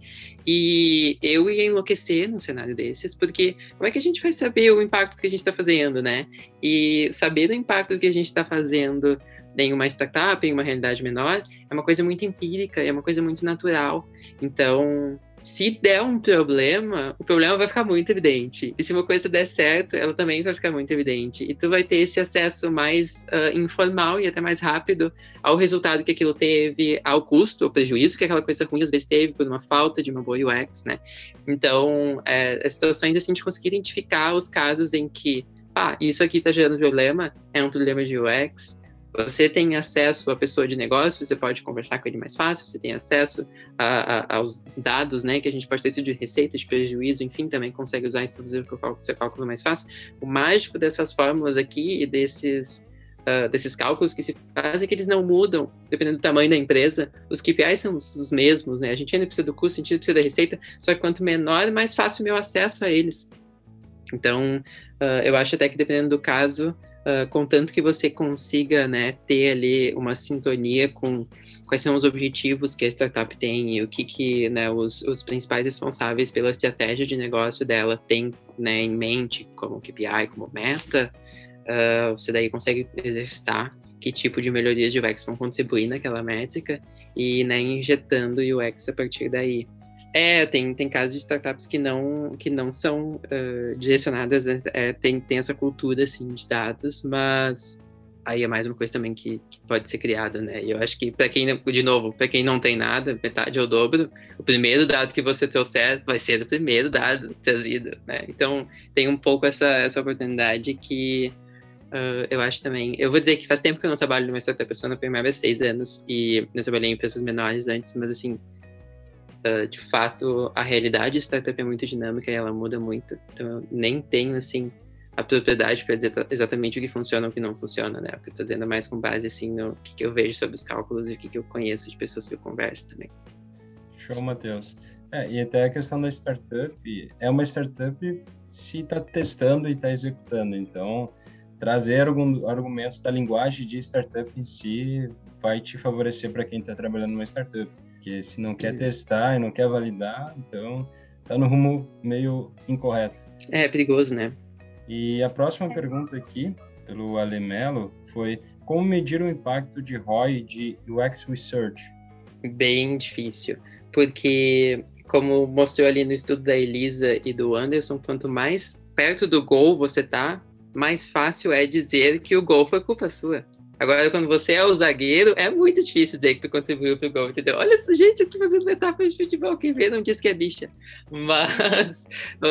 E eu ia enlouquecer num cenário desses, porque como é que a gente vai saber o impacto que a gente está fazendo, né? E saber do impacto que a gente está fazendo em uma startup, em uma realidade menor, é uma coisa muito empírica, é uma coisa muito natural. Então, se der um problema, o problema vai ficar muito evidente. E se uma coisa der certo, ela também vai ficar muito evidente. E tu vai ter esse acesso mais informal e até mais rápido ao resultado que aquilo teve, ao custo, ao prejuízo que aquela coisa ruim às vezes teve por uma falta de uma boa UX, né? Então, as situações assim de conseguir identificar os casos em que, isso aqui está gerando problema, é um problema de UX. Você tem acesso à pessoa de negócio, você pode conversar com ele mais fácil, você tem acesso aos dados, né, que a gente pode ter tudo de receita, de prejuízo, enfim, também consegue usar isso para fazer o seu cálculo mais fácil. O mágico dessas fórmulas aqui e desses cálculos que se fazem, que eles não mudam, dependendo do tamanho da empresa. Os KPIs são os mesmos, né? A gente ainda precisa do custo, a gente ainda precisa da receita, só que quanto menor, mais fácil o meu acesso a eles. Então, eu acho até que dependendo do caso, contanto que você consiga, né, ter ali uma sintonia com quais são os objetivos que a startup tem e o que né, os principais responsáveis pela estratégia de negócio dela têm, né, em mente, como KPI, como meta, você daí consegue exercitar que tipo de melhorias de UX vão contribuir naquela métrica e, né, injetando UX a partir daí. Tem casos de startups que não são direcionadas, tem essa cultura, assim, de dados, mas aí é mais uma coisa também que pode ser criada, né? E eu acho que, para quem não tem nada, metade ou o dobro, o primeiro dado que você trouxer vai ser o primeiro dado trazido, né? Então, tem um pouco essa oportunidade que eu acho também. Eu vou dizer que faz tempo que eu não trabalho numa startup, eu sou na Filmweb há 6 anos, e eu trabalhei em empresas menores antes, mas, assim, de fato, a realidade startup é muito dinâmica e ela muda muito. Então, eu nem tenho, assim, a propriedade para dizer exatamente o que funciona ou o que não funciona, né? O que eu estou dizendo é mais com base, assim, no que eu vejo sobre os cálculos e o que eu conheço de pessoas que eu converso também. Show, Matheus. E até a questão da startup, é uma startup se está testando e está executando. Então, trazer argumentos da linguagem de startup em si vai te favorecer para quem está trabalhando numa startup. Porque se não quer testar e não quer validar, então está no rumo meio incorreto. É perigoso, né? E a próxima pergunta aqui, pelo Ale Mello, foi: como medir o impacto de ROI de UX Research? Bem difícil, porque, como mostrou ali no estudo da Elisa e do Anderson, quanto mais perto do gol você tá, mais fácil é dizer que o gol foi culpa sua. Agora, quando você é o zagueiro, é muito difícil dizer que tu contribuiu pro gol, entendeu? Olha, gente, eu tô fazendo uma etapa de futebol, quem vê não diz que é bicha. Mas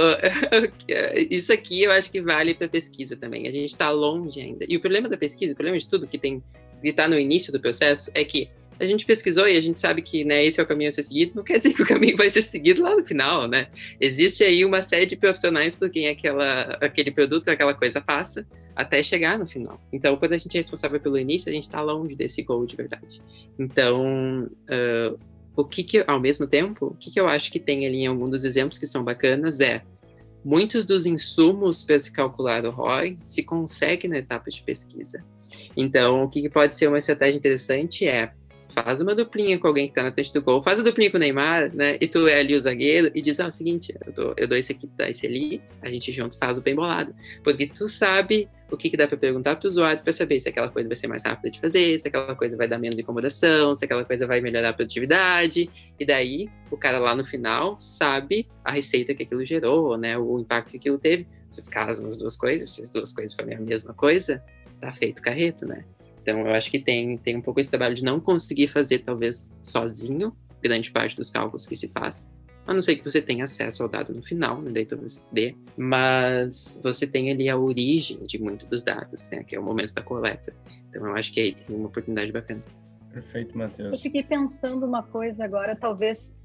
isso aqui eu acho que vale para pesquisa também. A gente está longe ainda. E o problema da pesquisa, o problema de tudo que tá no início do processo, é que a gente pesquisou e a gente sabe que, né, esse é o caminho a ser seguido, não quer dizer que o caminho vai ser seguido lá no final, né? Existe aí uma série de profissionais por quem aquele produto, aquela coisa passa, até chegar no final. Então, quando a gente é responsável pelo início, a gente está longe desse goal de verdade. Então, ao mesmo tempo, o que eu acho que tem ali em algum dos exemplos que são bacanas muitos dos insumos para se calcular o ROI se consegue na etapa de pesquisa. Então, o que pode ser uma estratégia interessante é faz uma duplinha com alguém que está na frente do gol, faz a duplinha com o Neymar, né? E tu é ali o zagueiro e diz, o seguinte, eu dou esse aqui, dá esse ali, a gente junto faz o bem bolado. Porque tu sabe o que dá para perguntar para o usuário para saber se aquela coisa vai ser mais rápida de fazer, se aquela coisa vai dar menos incomodação, se aquela coisa vai melhorar a produtividade. E daí, o cara lá no final sabe a receita que aquilo gerou, né? O impacto que aquilo teve. Se os casam as duas coisas, se as duas coisas forem a mesma coisa, tá feito carreto, né? Então, eu acho que tem um pouco esse trabalho de não conseguir fazer, talvez, sozinho, grande parte dos cálculos que se faz. A não ser que você tenha acesso ao dado no final, né, daí talvez dê, mas você tem ali a origem de muitos dos dados, né, que é o momento da coleta. Então, eu acho que aí tem uma oportunidade bacana. Perfeito, Matheus. Eu fiquei pensando uma coisa agora, talvez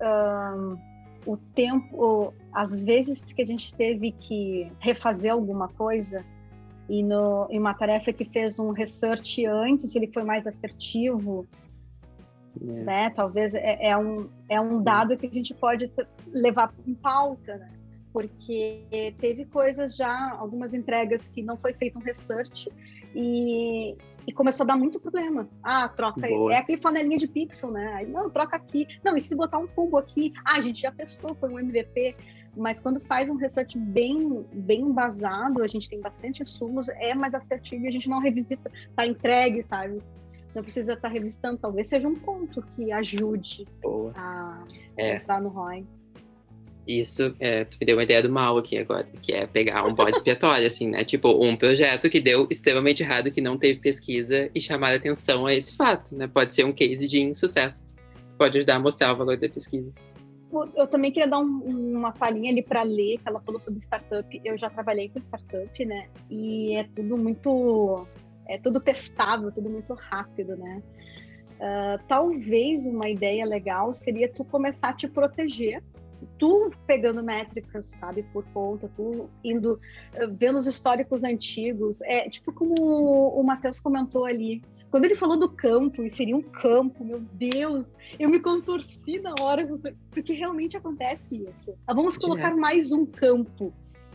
o tempo, às vezes que a gente teve que refazer alguma coisa, e em uma tarefa que fez um research antes, ele foi mais assertivo, né? Talvez é um dado que a gente pode levar em pauta, né? Porque teve coisas já, algumas entregas que não foi feito um research e começou a dar muito problema. Troca, é aquele flanelinha de pixel, né? Aí, não, troca aqui. Não, e se botar um cubo aqui? A gente já testou, foi um MVP. Mas quando faz um research bem embasado, a gente tem bastante insumos, é mais assertivo e a gente não revisita, tá entregue, sabe? Não precisa estar revisitando. Talvez seja um ponto que ajude a entrar no ROI. Isso, tu me deu uma ideia do mal aqui agora, que é pegar um bode expiatório, assim, né? Tipo, um projeto que deu extremamente errado, que não teve pesquisa e chamar atenção a esse fato, né? Pode ser um case de insucesso, que pode ajudar a mostrar o valor da pesquisa. Eu também queria dar uma palhinha ali para ler, que ela falou sobre startup. Eu já trabalhei com startup, né? E é tudo testável, tudo muito rápido, né? Talvez uma ideia legal seria tu começar a te proteger, tu pegando métricas, sabe, por conta, tu indo, vendo os históricos antigos. É tipo como o Matheus comentou ali. Quando ele falou do campo, e seria um campo, meu Deus, eu me contorci na hora, porque realmente acontece isso. Vamos colocar mais um campo.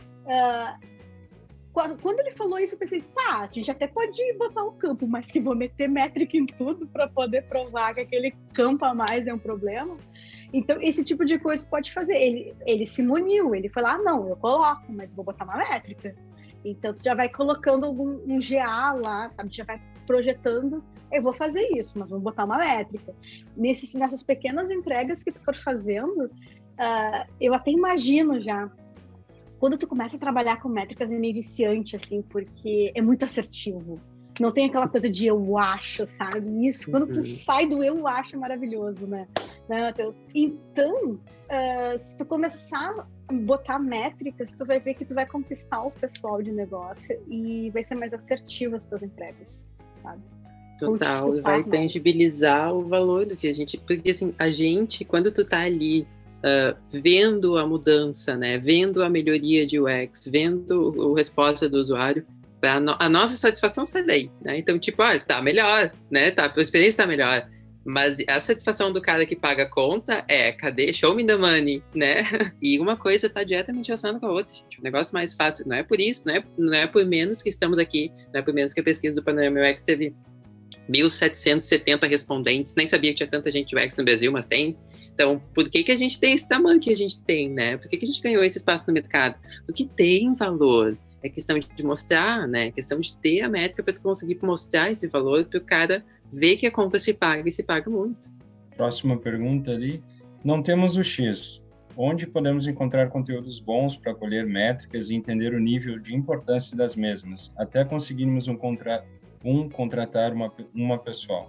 Quando ele falou isso, eu pensei, a gente até pode botar um campo, mas que vou meter métrica em tudo para poder provar que aquele campo a mais é um problema. Então, esse tipo de coisa pode fazer. Ele se muniu, ele foi lá, não, eu coloco, mas vou botar uma métrica. Então, tu já vai colocando um GA lá, sabe? Tu já vai projetando, eu vou fazer isso, mas vamos botar uma métrica. Nessas pequenas entregas que tu for fazendo, eu até imagino já, quando tu começa a trabalhar com métricas é meio viciante, assim, porque é muito assertivo. Não tem aquela coisa de eu acho, sabe? Isso, quando tu sai do eu acho, é maravilhoso, né, Matheus? Então, se tu começar a botar métricas, tu vai ver que tu vai conquistar o pessoal de negócio e vai ser mais assertivo as tuas entregas, sabe? Total, vai tangibilizar o valor do que a gente... Porque, assim, a gente, quando tu tá ali vendo a mudança, né? Vendo a melhoria de UX, vendo a resposta do usuário, a nossa satisfação sai daí, né? Então, tipo, tá melhor, né? A experiência tá melhor. Mas a satisfação do cara que paga a conta cadê? Show me the money, né? E uma coisa tá diretamente relacionada com a outra, gente. O negócio mais fácil. Não é por isso, não é por menos que estamos aqui, não é por menos que a pesquisa do Panorama UX teve 1.770 respondentes. Nem sabia que tinha tanta gente UX no Brasil, mas tem. Então, por que a gente tem esse tamanho que a gente tem, né? Por que a gente ganhou esse espaço no mercado? Porque tem valor. É questão de mostrar, né? É questão de ter a métrica para conseguir mostrar esse valor para o cara ver que a conta se paga e se paga muito. Próxima pergunta ali. Não temos o X. Onde podemos encontrar conteúdos bons para colher métricas e entender o nível de importância das mesmas, até conseguirmos contratar uma pessoal?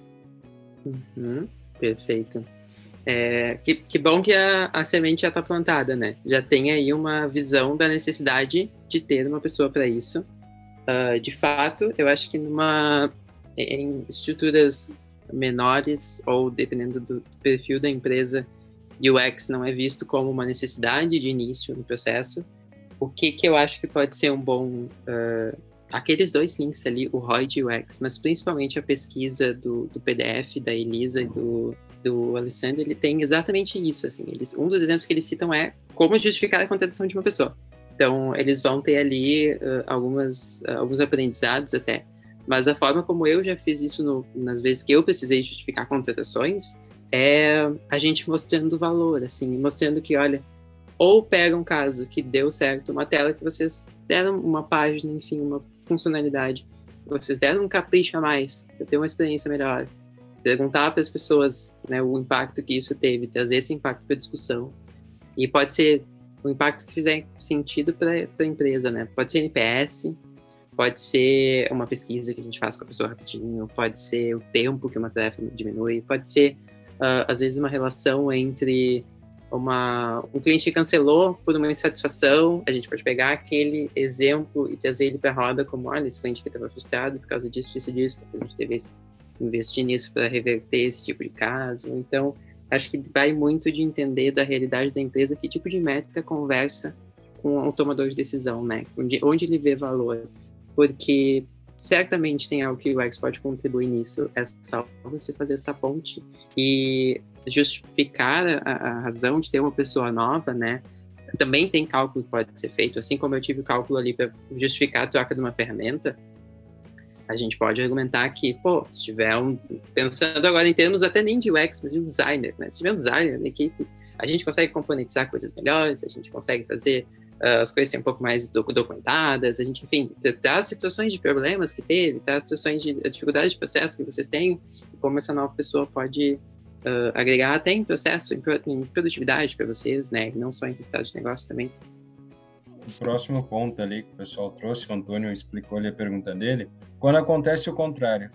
Perfeito. Que bom que a semente já está plantada, né? Já tem aí uma visão da necessidade de ter uma pessoa para isso. De fato, eu acho que em estruturas menores, ou dependendo do perfil da empresa, UX não é visto como uma necessidade de início no processo. O que eu acho que pode ser um bom... aqueles dois links ali, o ROI de UX, mas principalmente a pesquisa do PDF, da Elisa e do Alessandro, ele tem exatamente isso, assim. Um dos exemplos que eles citam é como justificar a contratação de uma pessoa. Então, eles vão ter ali alguns aprendizados até. Mas a forma como eu já fiz isso nas vezes que eu precisei justificar contratações é a gente mostrando valor, assim, mostrando que, olha, ou pega um caso que deu certo, uma tela que vocês deram uma página, enfim, uma funcionalidade, vocês deram um capricho a mais, para ter uma experiência melhor, perguntar para as pessoas, né, o impacto que isso teve, trazer esse impacto para a discussão. E pode ser o impacto que fizer sentido para a empresa, né? Pode ser NPS, pode ser uma pesquisa que a gente faz com a pessoa rapidinho, pode ser o tempo que uma tarefa diminui, pode ser, às vezes, uma relação entre um cliente que cancelou por uma insatisfação, a gente pode pegar aquele exemplo e trazer ele para a roda como, olha, esse cliente que estava frustrado por causa disso, disso, talvez a gente devesse investir nisso para reverter esse tipo de caso. Então, acho que vai muito de entender da realidade da empresa que tipo de métrica conversa com o tomador de decisão, né? Onde ele vê valor. Porque certamente tem algo que o UX pode contribuir nisso, é só você fazer essa ponte e justificar a razão de ter uma pessoa nova, né? Também tem cálculo que pode ser feito, assim como eu tive o cálculo ali para justificar a troca de uma ferramenta, a gente pode argumentar que, pô, se tiver pensando agora em termos até nem de UX, mas de um designer, né? Se tiver um designer na equipe, a gente consegue componentizar coisas melhores, a gente consegue fazer as coisas serem um pouco mais documentadas, a gente, enfim, traz situações de problemas que teve, traz situações de dificuldades de processo que vocês têm, e como essa nova pessoa pode agregar até em processo, em produtividade para vocês, né? E não só em resultado de negócio também. O próximo ponto ali que o pessoal trouxe, o Antônio explicou ali a pergunta dele, quando acontece o contrário,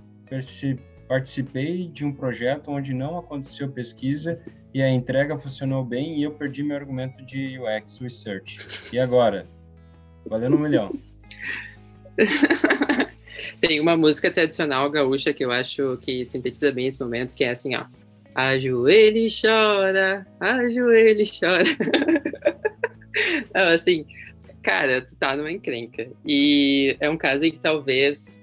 participei de um projeto onde não aconteceu pesquisa e a entrega funcionou bem e eu perdi meu argumento de UX Research. E agora? Valendo 1 milhão. Tem uma música tradicional gaúcha que eu acho que sintetiza bem esse momento, que é assim, ó. Ajoelha e chora, ajoelha e chora. Então, assim, cara, tu tá numa encrenca. E é um caso em que talvez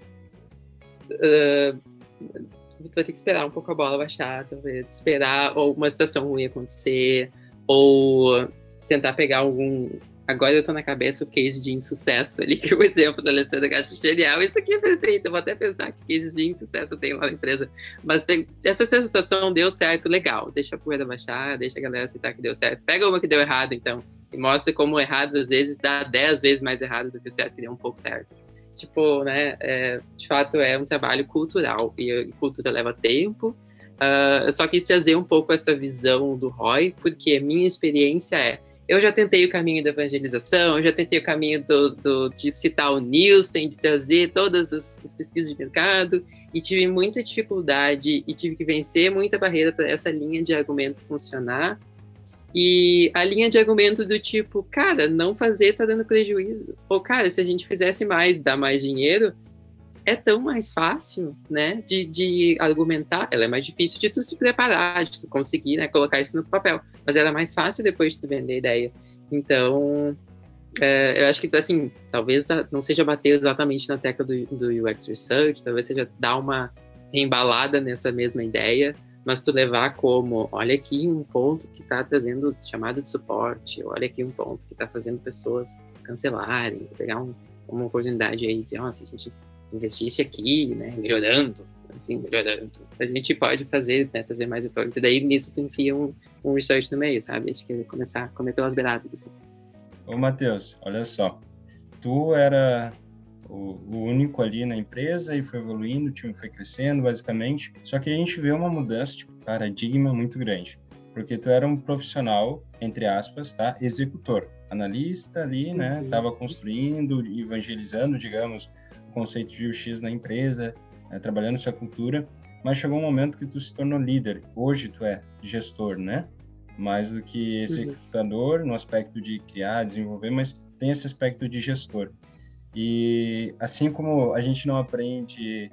tu vai ter que esperar um pouco a bola baixar, talvez. Esperar ou uma situação ruim acontecer, ou tentar pegar algum... Agora eu tô na cabeça o case de insucesso ali, que é o exemplo da Alessandra, que eu acho genial. Isso aqui é perfeito, eu vou até pensar que cases de insucesso tem lá na empresa. Mas essa situação deu certo, legal. Deixa a poeira baixar, deixa a galera aceitar que deu certo. Pega uma que deu errado, então, e mostra como o errado, às vezes, dá 10 vezes mais errado do que o certo, que deu um pouco certo. Tipo, né, de fato é um trabalho cultural, e a cultura leva tempo. Eu só quis trazer um pouco essa visão do ROI, porque a minha experiência eu já tentei o caminho da evangelização, eu já tentei o caminho de citar o Nielsen, de trazer todas as pesquisas de mercado, e tive muita dificuldade e tive que vencer muita barreira para essa linha de argumento funcionar. E a linha de argumento do tipo, cara, não fazer tá dando prejuízo. Ou, cara, se a gente fizesse mais, dá mais dinheiro, é tão mais fácil, né, de argumentar. Ela é mais difícil de tu se preparar, de tu conseguir, né, colocar isso no papel. Mas ela é mais fácil depois de tu vender a ideia. Então, eu acho que, assim, talvez não seja bater exatamente na tecla do UX Research, talvez seja dar uma reembalada nessa mesma ideia, mas tu levar como, olha aqui um ponto que está trazendo chamada de suporte, olha aqui um ponto que está fazendo pessoas cancelarem, pegar uma oportunidade aí e dizer, nossa, a gente investisse aqui, né, melhorando, a gente pode fazer, né, trazer mais retornos, e daí nisso tu enfia um research no meio, sabe, acho que começar a comer pelas beiradas, assim. Ô, Matheus, olha só, tu era o único ali na empresa e foi evoluindo, o time foi crescendo, basicamente, só que a gente vê uma mudança de paradigma muito grande, porque tu era um profissional, entre aspas, tá, executor, analista ali, né, tava construindo, evangelizando, digamos, o conceito de UX na empresa, trabalhando essa cultura, mas chegou um momento que tu se tornou líder. Hoje tu é gestor, né? Mais do que executador no aspecto de criar, desenvolver, mas tem esse aspecto de gestor. E assim como a gente não aprende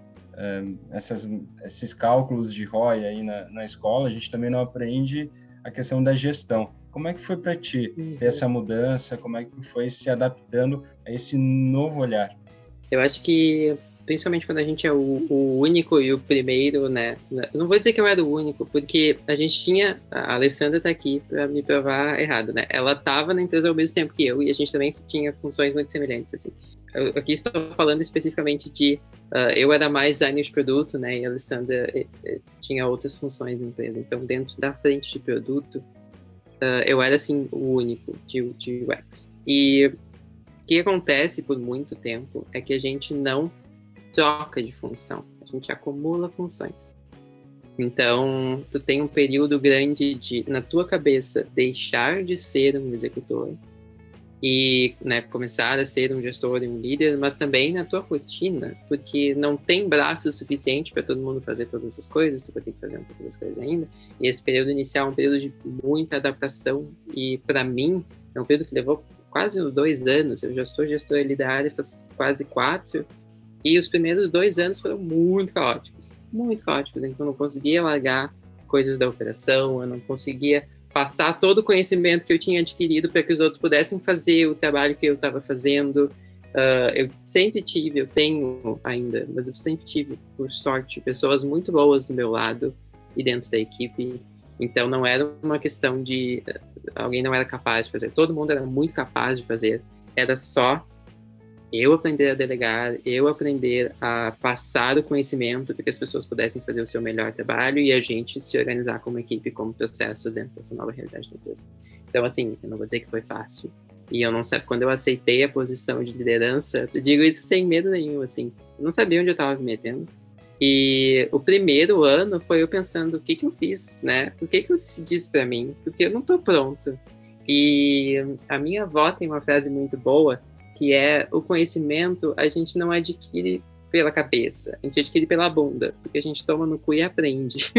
esses cálculos de ROI aí na escola, a gente também não aprende a questão da gestão. Como é que foi para ti ter essa mudança? Como é que tu foi se adaptando a esse novo olhar? Eu acho que principalmente quando a gente é o único e o primeiro, né? Eu não vou dizer que eu era o único, porque a gente tinha, a Alessandra tá aqui para me provar errado, né? Ela tava na empresa ao mesmo tempo que eu, e a gente também tinha funções muito semelhantes, assim. Eu aqui estou falando especificamente de, eu era mais designer de produto, né? E a Alessandra tinha outras funções na empresa. Então, dentro da frente de produto, eu era, assim, o único de UX. E o que acontece por muito tempo é que a gente não troca de função, a gente acumula funções. Então, tu tem um período grande de, na tua cabeça, deixar de ser um executor e, né, começar a ser um gestor e um líder, mas também na tua rotina, porque não tem braço suficiente para todo mundo fazer todas as coisas, tu vai ter que fazer um pouco das coisas ainda, e esse período inicial é um período de muita adaptação, e para mim, é um período que levou quase uns 2 anos, eu já sou gestor ali da área faz quase 4, e os primeiros 2 anos foram muito caóticos, então eu não conseguia largar coisas da operação, eu não conseguia passar todo o conhecimento que eu tinha adquirido para que os outros pudessem fazer o trabalho que eu estava fazendo. Eu sempre tive, eu tenho ainda, mas eu sempre tive, por sorte, pessoas muito boas do meu lado e dentro da equipe. Então não era uma questão de alguém não era capaz de fazer, todo mundo era muito capaz de fazer, era só eu aprender a delegar, eu aprender a passar o conhecimento para que as pessoas pudessem fazer o seu melhor trabalho e a gente se organizar como equipe, como processos dentro dessa nova realidade da empresa. Então, assim, eu não vou dizer que foi fácil. E eu não sei, quando eu aceitei a posição de liderança, eu digo isso sem medo nenhum, assim, eu não sabia onde eu estava me metendo. E o primeiro ano foi eu pensando, o que eu fiz, né? Por que eu decidi isso para mim? Porque eu não estou pronto. E a minha avó tem uma frase muito boa, que é o conhecimento a gente não adquire pela cabeça, a gente adquire pela bunda, porque a gente toma no cu e aprende.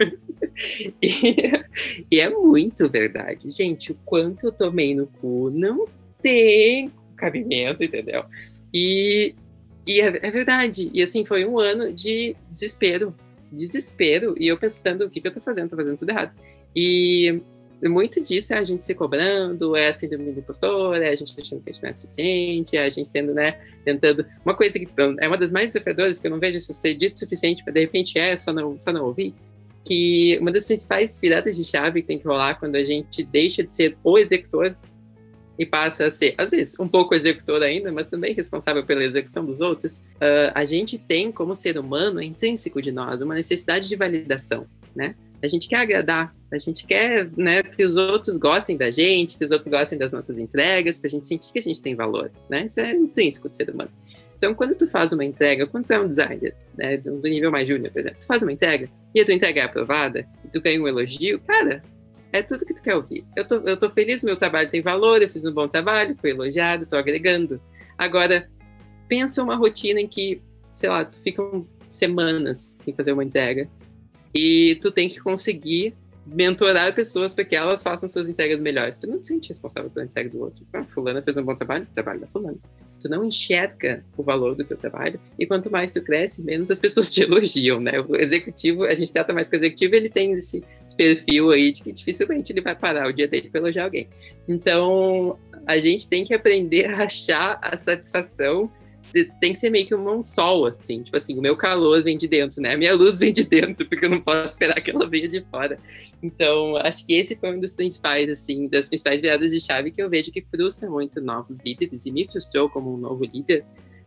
e é muito verdade. Gente, o quanto eu tomei no cu não tem cabimento, entendeu? E é verdade. E assim, foi um ano de desespero, e eu pensando, o que eu tô fazendo? Tô fazendo tudo errado. E muito disso é a gente se cobrando, é a síndrome do impostor, é a gente achando que a gente não é suficiente, é a gente tendo, né, tentando... Uma coisa que é uma das mais desafiadoras, que eu não vejo isso ser dito o suficiente, mas de repente só não ouvir, que uma das principais viradas de chave que tem que rolar quando a gente deixa de ser o executor e passa a ser, às vezes, um pouco executor ainda, mas também responsável pela execução dos outros, a gente tem, como ser humano, é intrínseco de nós, uma necessidade de validação, né? A gente quer agradar, a gente quer, né, que os outros gostem da gente, que os outros gostem das nossas entregas, pra gente sentir que a gente tem valor, né? Isso é intrínseco do ser humano. Então, quando tu faz uma entrega, quando tu é um designer, né, do nível mais júnior, por exemplo, tu faz uma entrega e a tua entrega é aprovada, e tu ganha um elogio, cara, é tudo que tu quer ouvir. Eu tô feliz, meu trabalho tem valor, eu fiz um bom trabalho, fui elogiado, tô agregando. Agora, pensa uma rotina em que, sei lá, tu fica semanas sem fazer uma entrega, e tu tem que conseguir mentorar pessoas para que elas façam suas entregas melhores. Tu não te sente responsável pela entrega do outro. Fulana fez um bom trabalho, o trabalho da fulana. Tu não enxerga o valor do teu trabalho, e quanto mais tu cresce, menos as pessoas te elogiam, né? O executivo, a gente trata mais com o executivo, ele tem esse perfil aí de que dificilmente ele vai parar o dia dele para elogiar alguém. Então, a gente tem que aprender a achar a satisfação. Tem que ser meio que um sol, assim, tipo assim, o meu calor vem de dentro, né? A minha luz vem de dentro, porque eu não posso esperar que ela venha de fora. Então, acho que esse foi um dos principais, assim, das principais viradas de chave que eu vejo que frustra muito novos líderes, e me frustrou como um novo líder,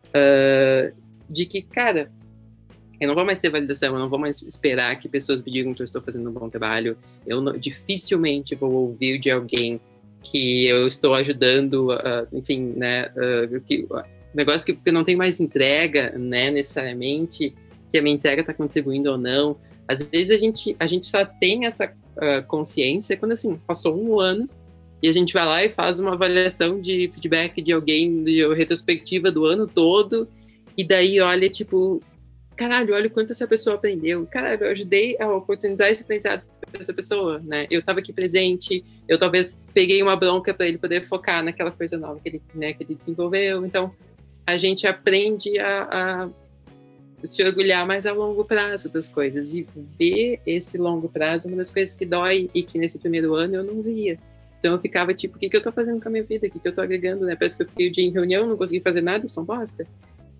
de que, cara, eu não vou mais ter validação, eu não vou mais esperar que pessoas me digam que eu estou fazendo um bom trabalho, dificilmente vou ouvir de alguém que eu estou ajudando, enfim, né, negócio que eu não tenho mais entrega, né, necessariamente, que a minha entrega está contribuindo ou não. Às vezes a gente só tem essa consciência quando, assim, passou um ano e a gente vai lá e faz uma avaliação de feedback de alguém, de retrospectiva do ano todo, e daí olha, tipo, caralho, olha o quanto essa pessoa aprendeu. Caralho, eu ajudei a oportunizar esse aprendizado para essa pessoa, né? Eu estava aqui presente, eu talvez peguei uma bronca para ele poder focar naquela coisa nova que ele desenvolveu. Então, a gente aprende a se orgulhar mais a longo prazo das coisas, e ver esse longo prazo, uma das coisas que dói e que nesse primeiro ano eu não via. Então eu ficava tipo, o que eu tô fazendo com a minha vida? O que eu tô agregando, né? Parece que eu fiquei o dia em reunião, não consegui fazer nada, eu sou um bosta.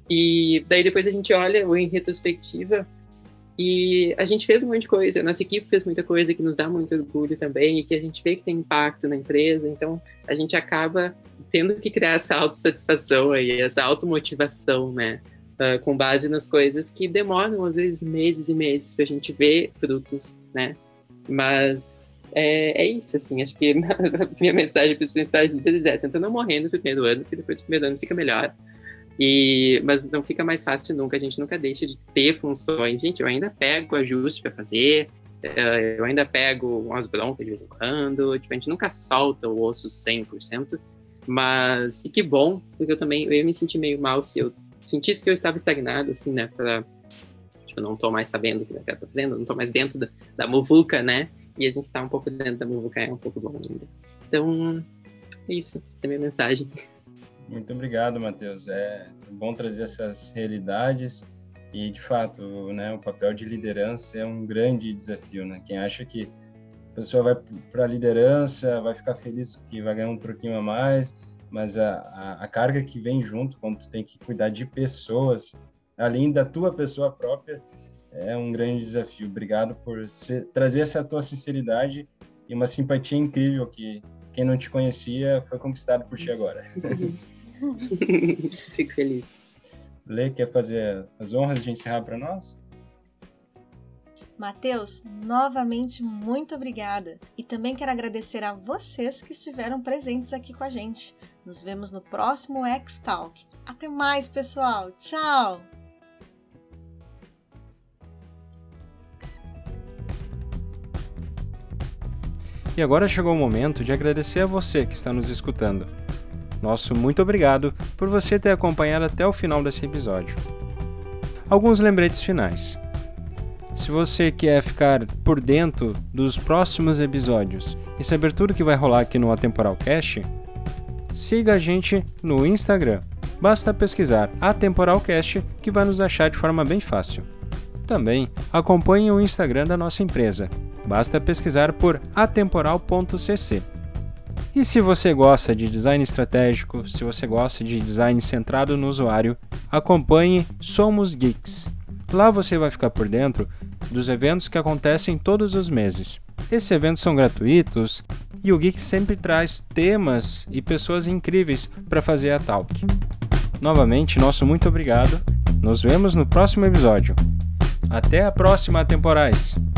E daí depois a gente olha em retrospectiva e a gente fez um monte de coisa, a nossa equipe fez muita coisa que nos dá muito orgulho também e que a gente vê que tem impacto na empresa, então a gente acaba tendo que criar essa autossatisfação aí, essa automotivação, né, com base nas coisas que demoram às vezes meses e meses pra gente ver frutos, né, mas é isso, assim, acho que a minha mensagem para os principais líderes é tenta não morrer no primeiro ano, porque depois do primeiro ano fica melhor. Mas não fica mais fácil nunca, a gente nunca deixa de ter funções. Gente, eu ainda pego ajuste para fazer, eu ainda pego umas broncas de vez em quando, tipo, a gente nunca solta o osso 100%, e que bom, porque eu ia me sentir meio mal se eu sentisse que eu estava estagnado, assim, né, tipo, eu não tô mais sabendo o que eu tô fazendo, eu não tô mais dentro da muvuca, né, e a gente tá um pouco dentro da muvuca, é um pouco bom ainda. Então, é isso, essa é a minha mensagem. Muito obrigado, Matheus. É bom trazer essas realidades e, de fato, né, o papel de liderança é um grande desafio, né? Quem acha que a pessoa vai para a liderança, vai ficar feliz que vai ganhar um troquinho a mais, mas a carga que vem junto quando tu tem que cuidar de pessoas, além da tua pessoa própria, é um grande desafio. Obrigado por trazer essa tua sinceridade e uma simpatia incrível que quem não te conhecia foi conquistado por ti agora. Fico feliz. Lê, quer fazer as honras de encerrar para nós? Matheus, novamente muito obrigada. E também quero agradecer a vocês que estiveram presentes aqui com a gente. Nos vemos no próximo X-Talk. Até mais, pessoal. Tchau! E agora chegou o momento de agradecer a você que está nos escutando. Nosso muito obrigado por você ter acompanhado até o final desse episódio. Alguns lembretes finais. Se você quer ficar por dentro dos próximos episódios e saber tudo que vai rolar aqui no Atemporal Cast, siga a gente no Instagram. Basta pesquisar Atemporal Cast que vai nos achar de forma bem fácil. Também acompanhe o Instagram da nossa empresa. Basta pesquisar por atemporal.cc. E se você gosta de design estratégico, se você gosta de design centrado no usuário, acompanhe Somos Geeks. Lá você vai ficar por dentro dos eventos que acontecem todos os meses. Esses eventos são gratuitos e o Geek sempre traz temas e pessoas incríveis para fazer a Talk. Novamente, nosso muito obrigado. Nos vemos no próximo episódio. Até a próxima, Atemporais!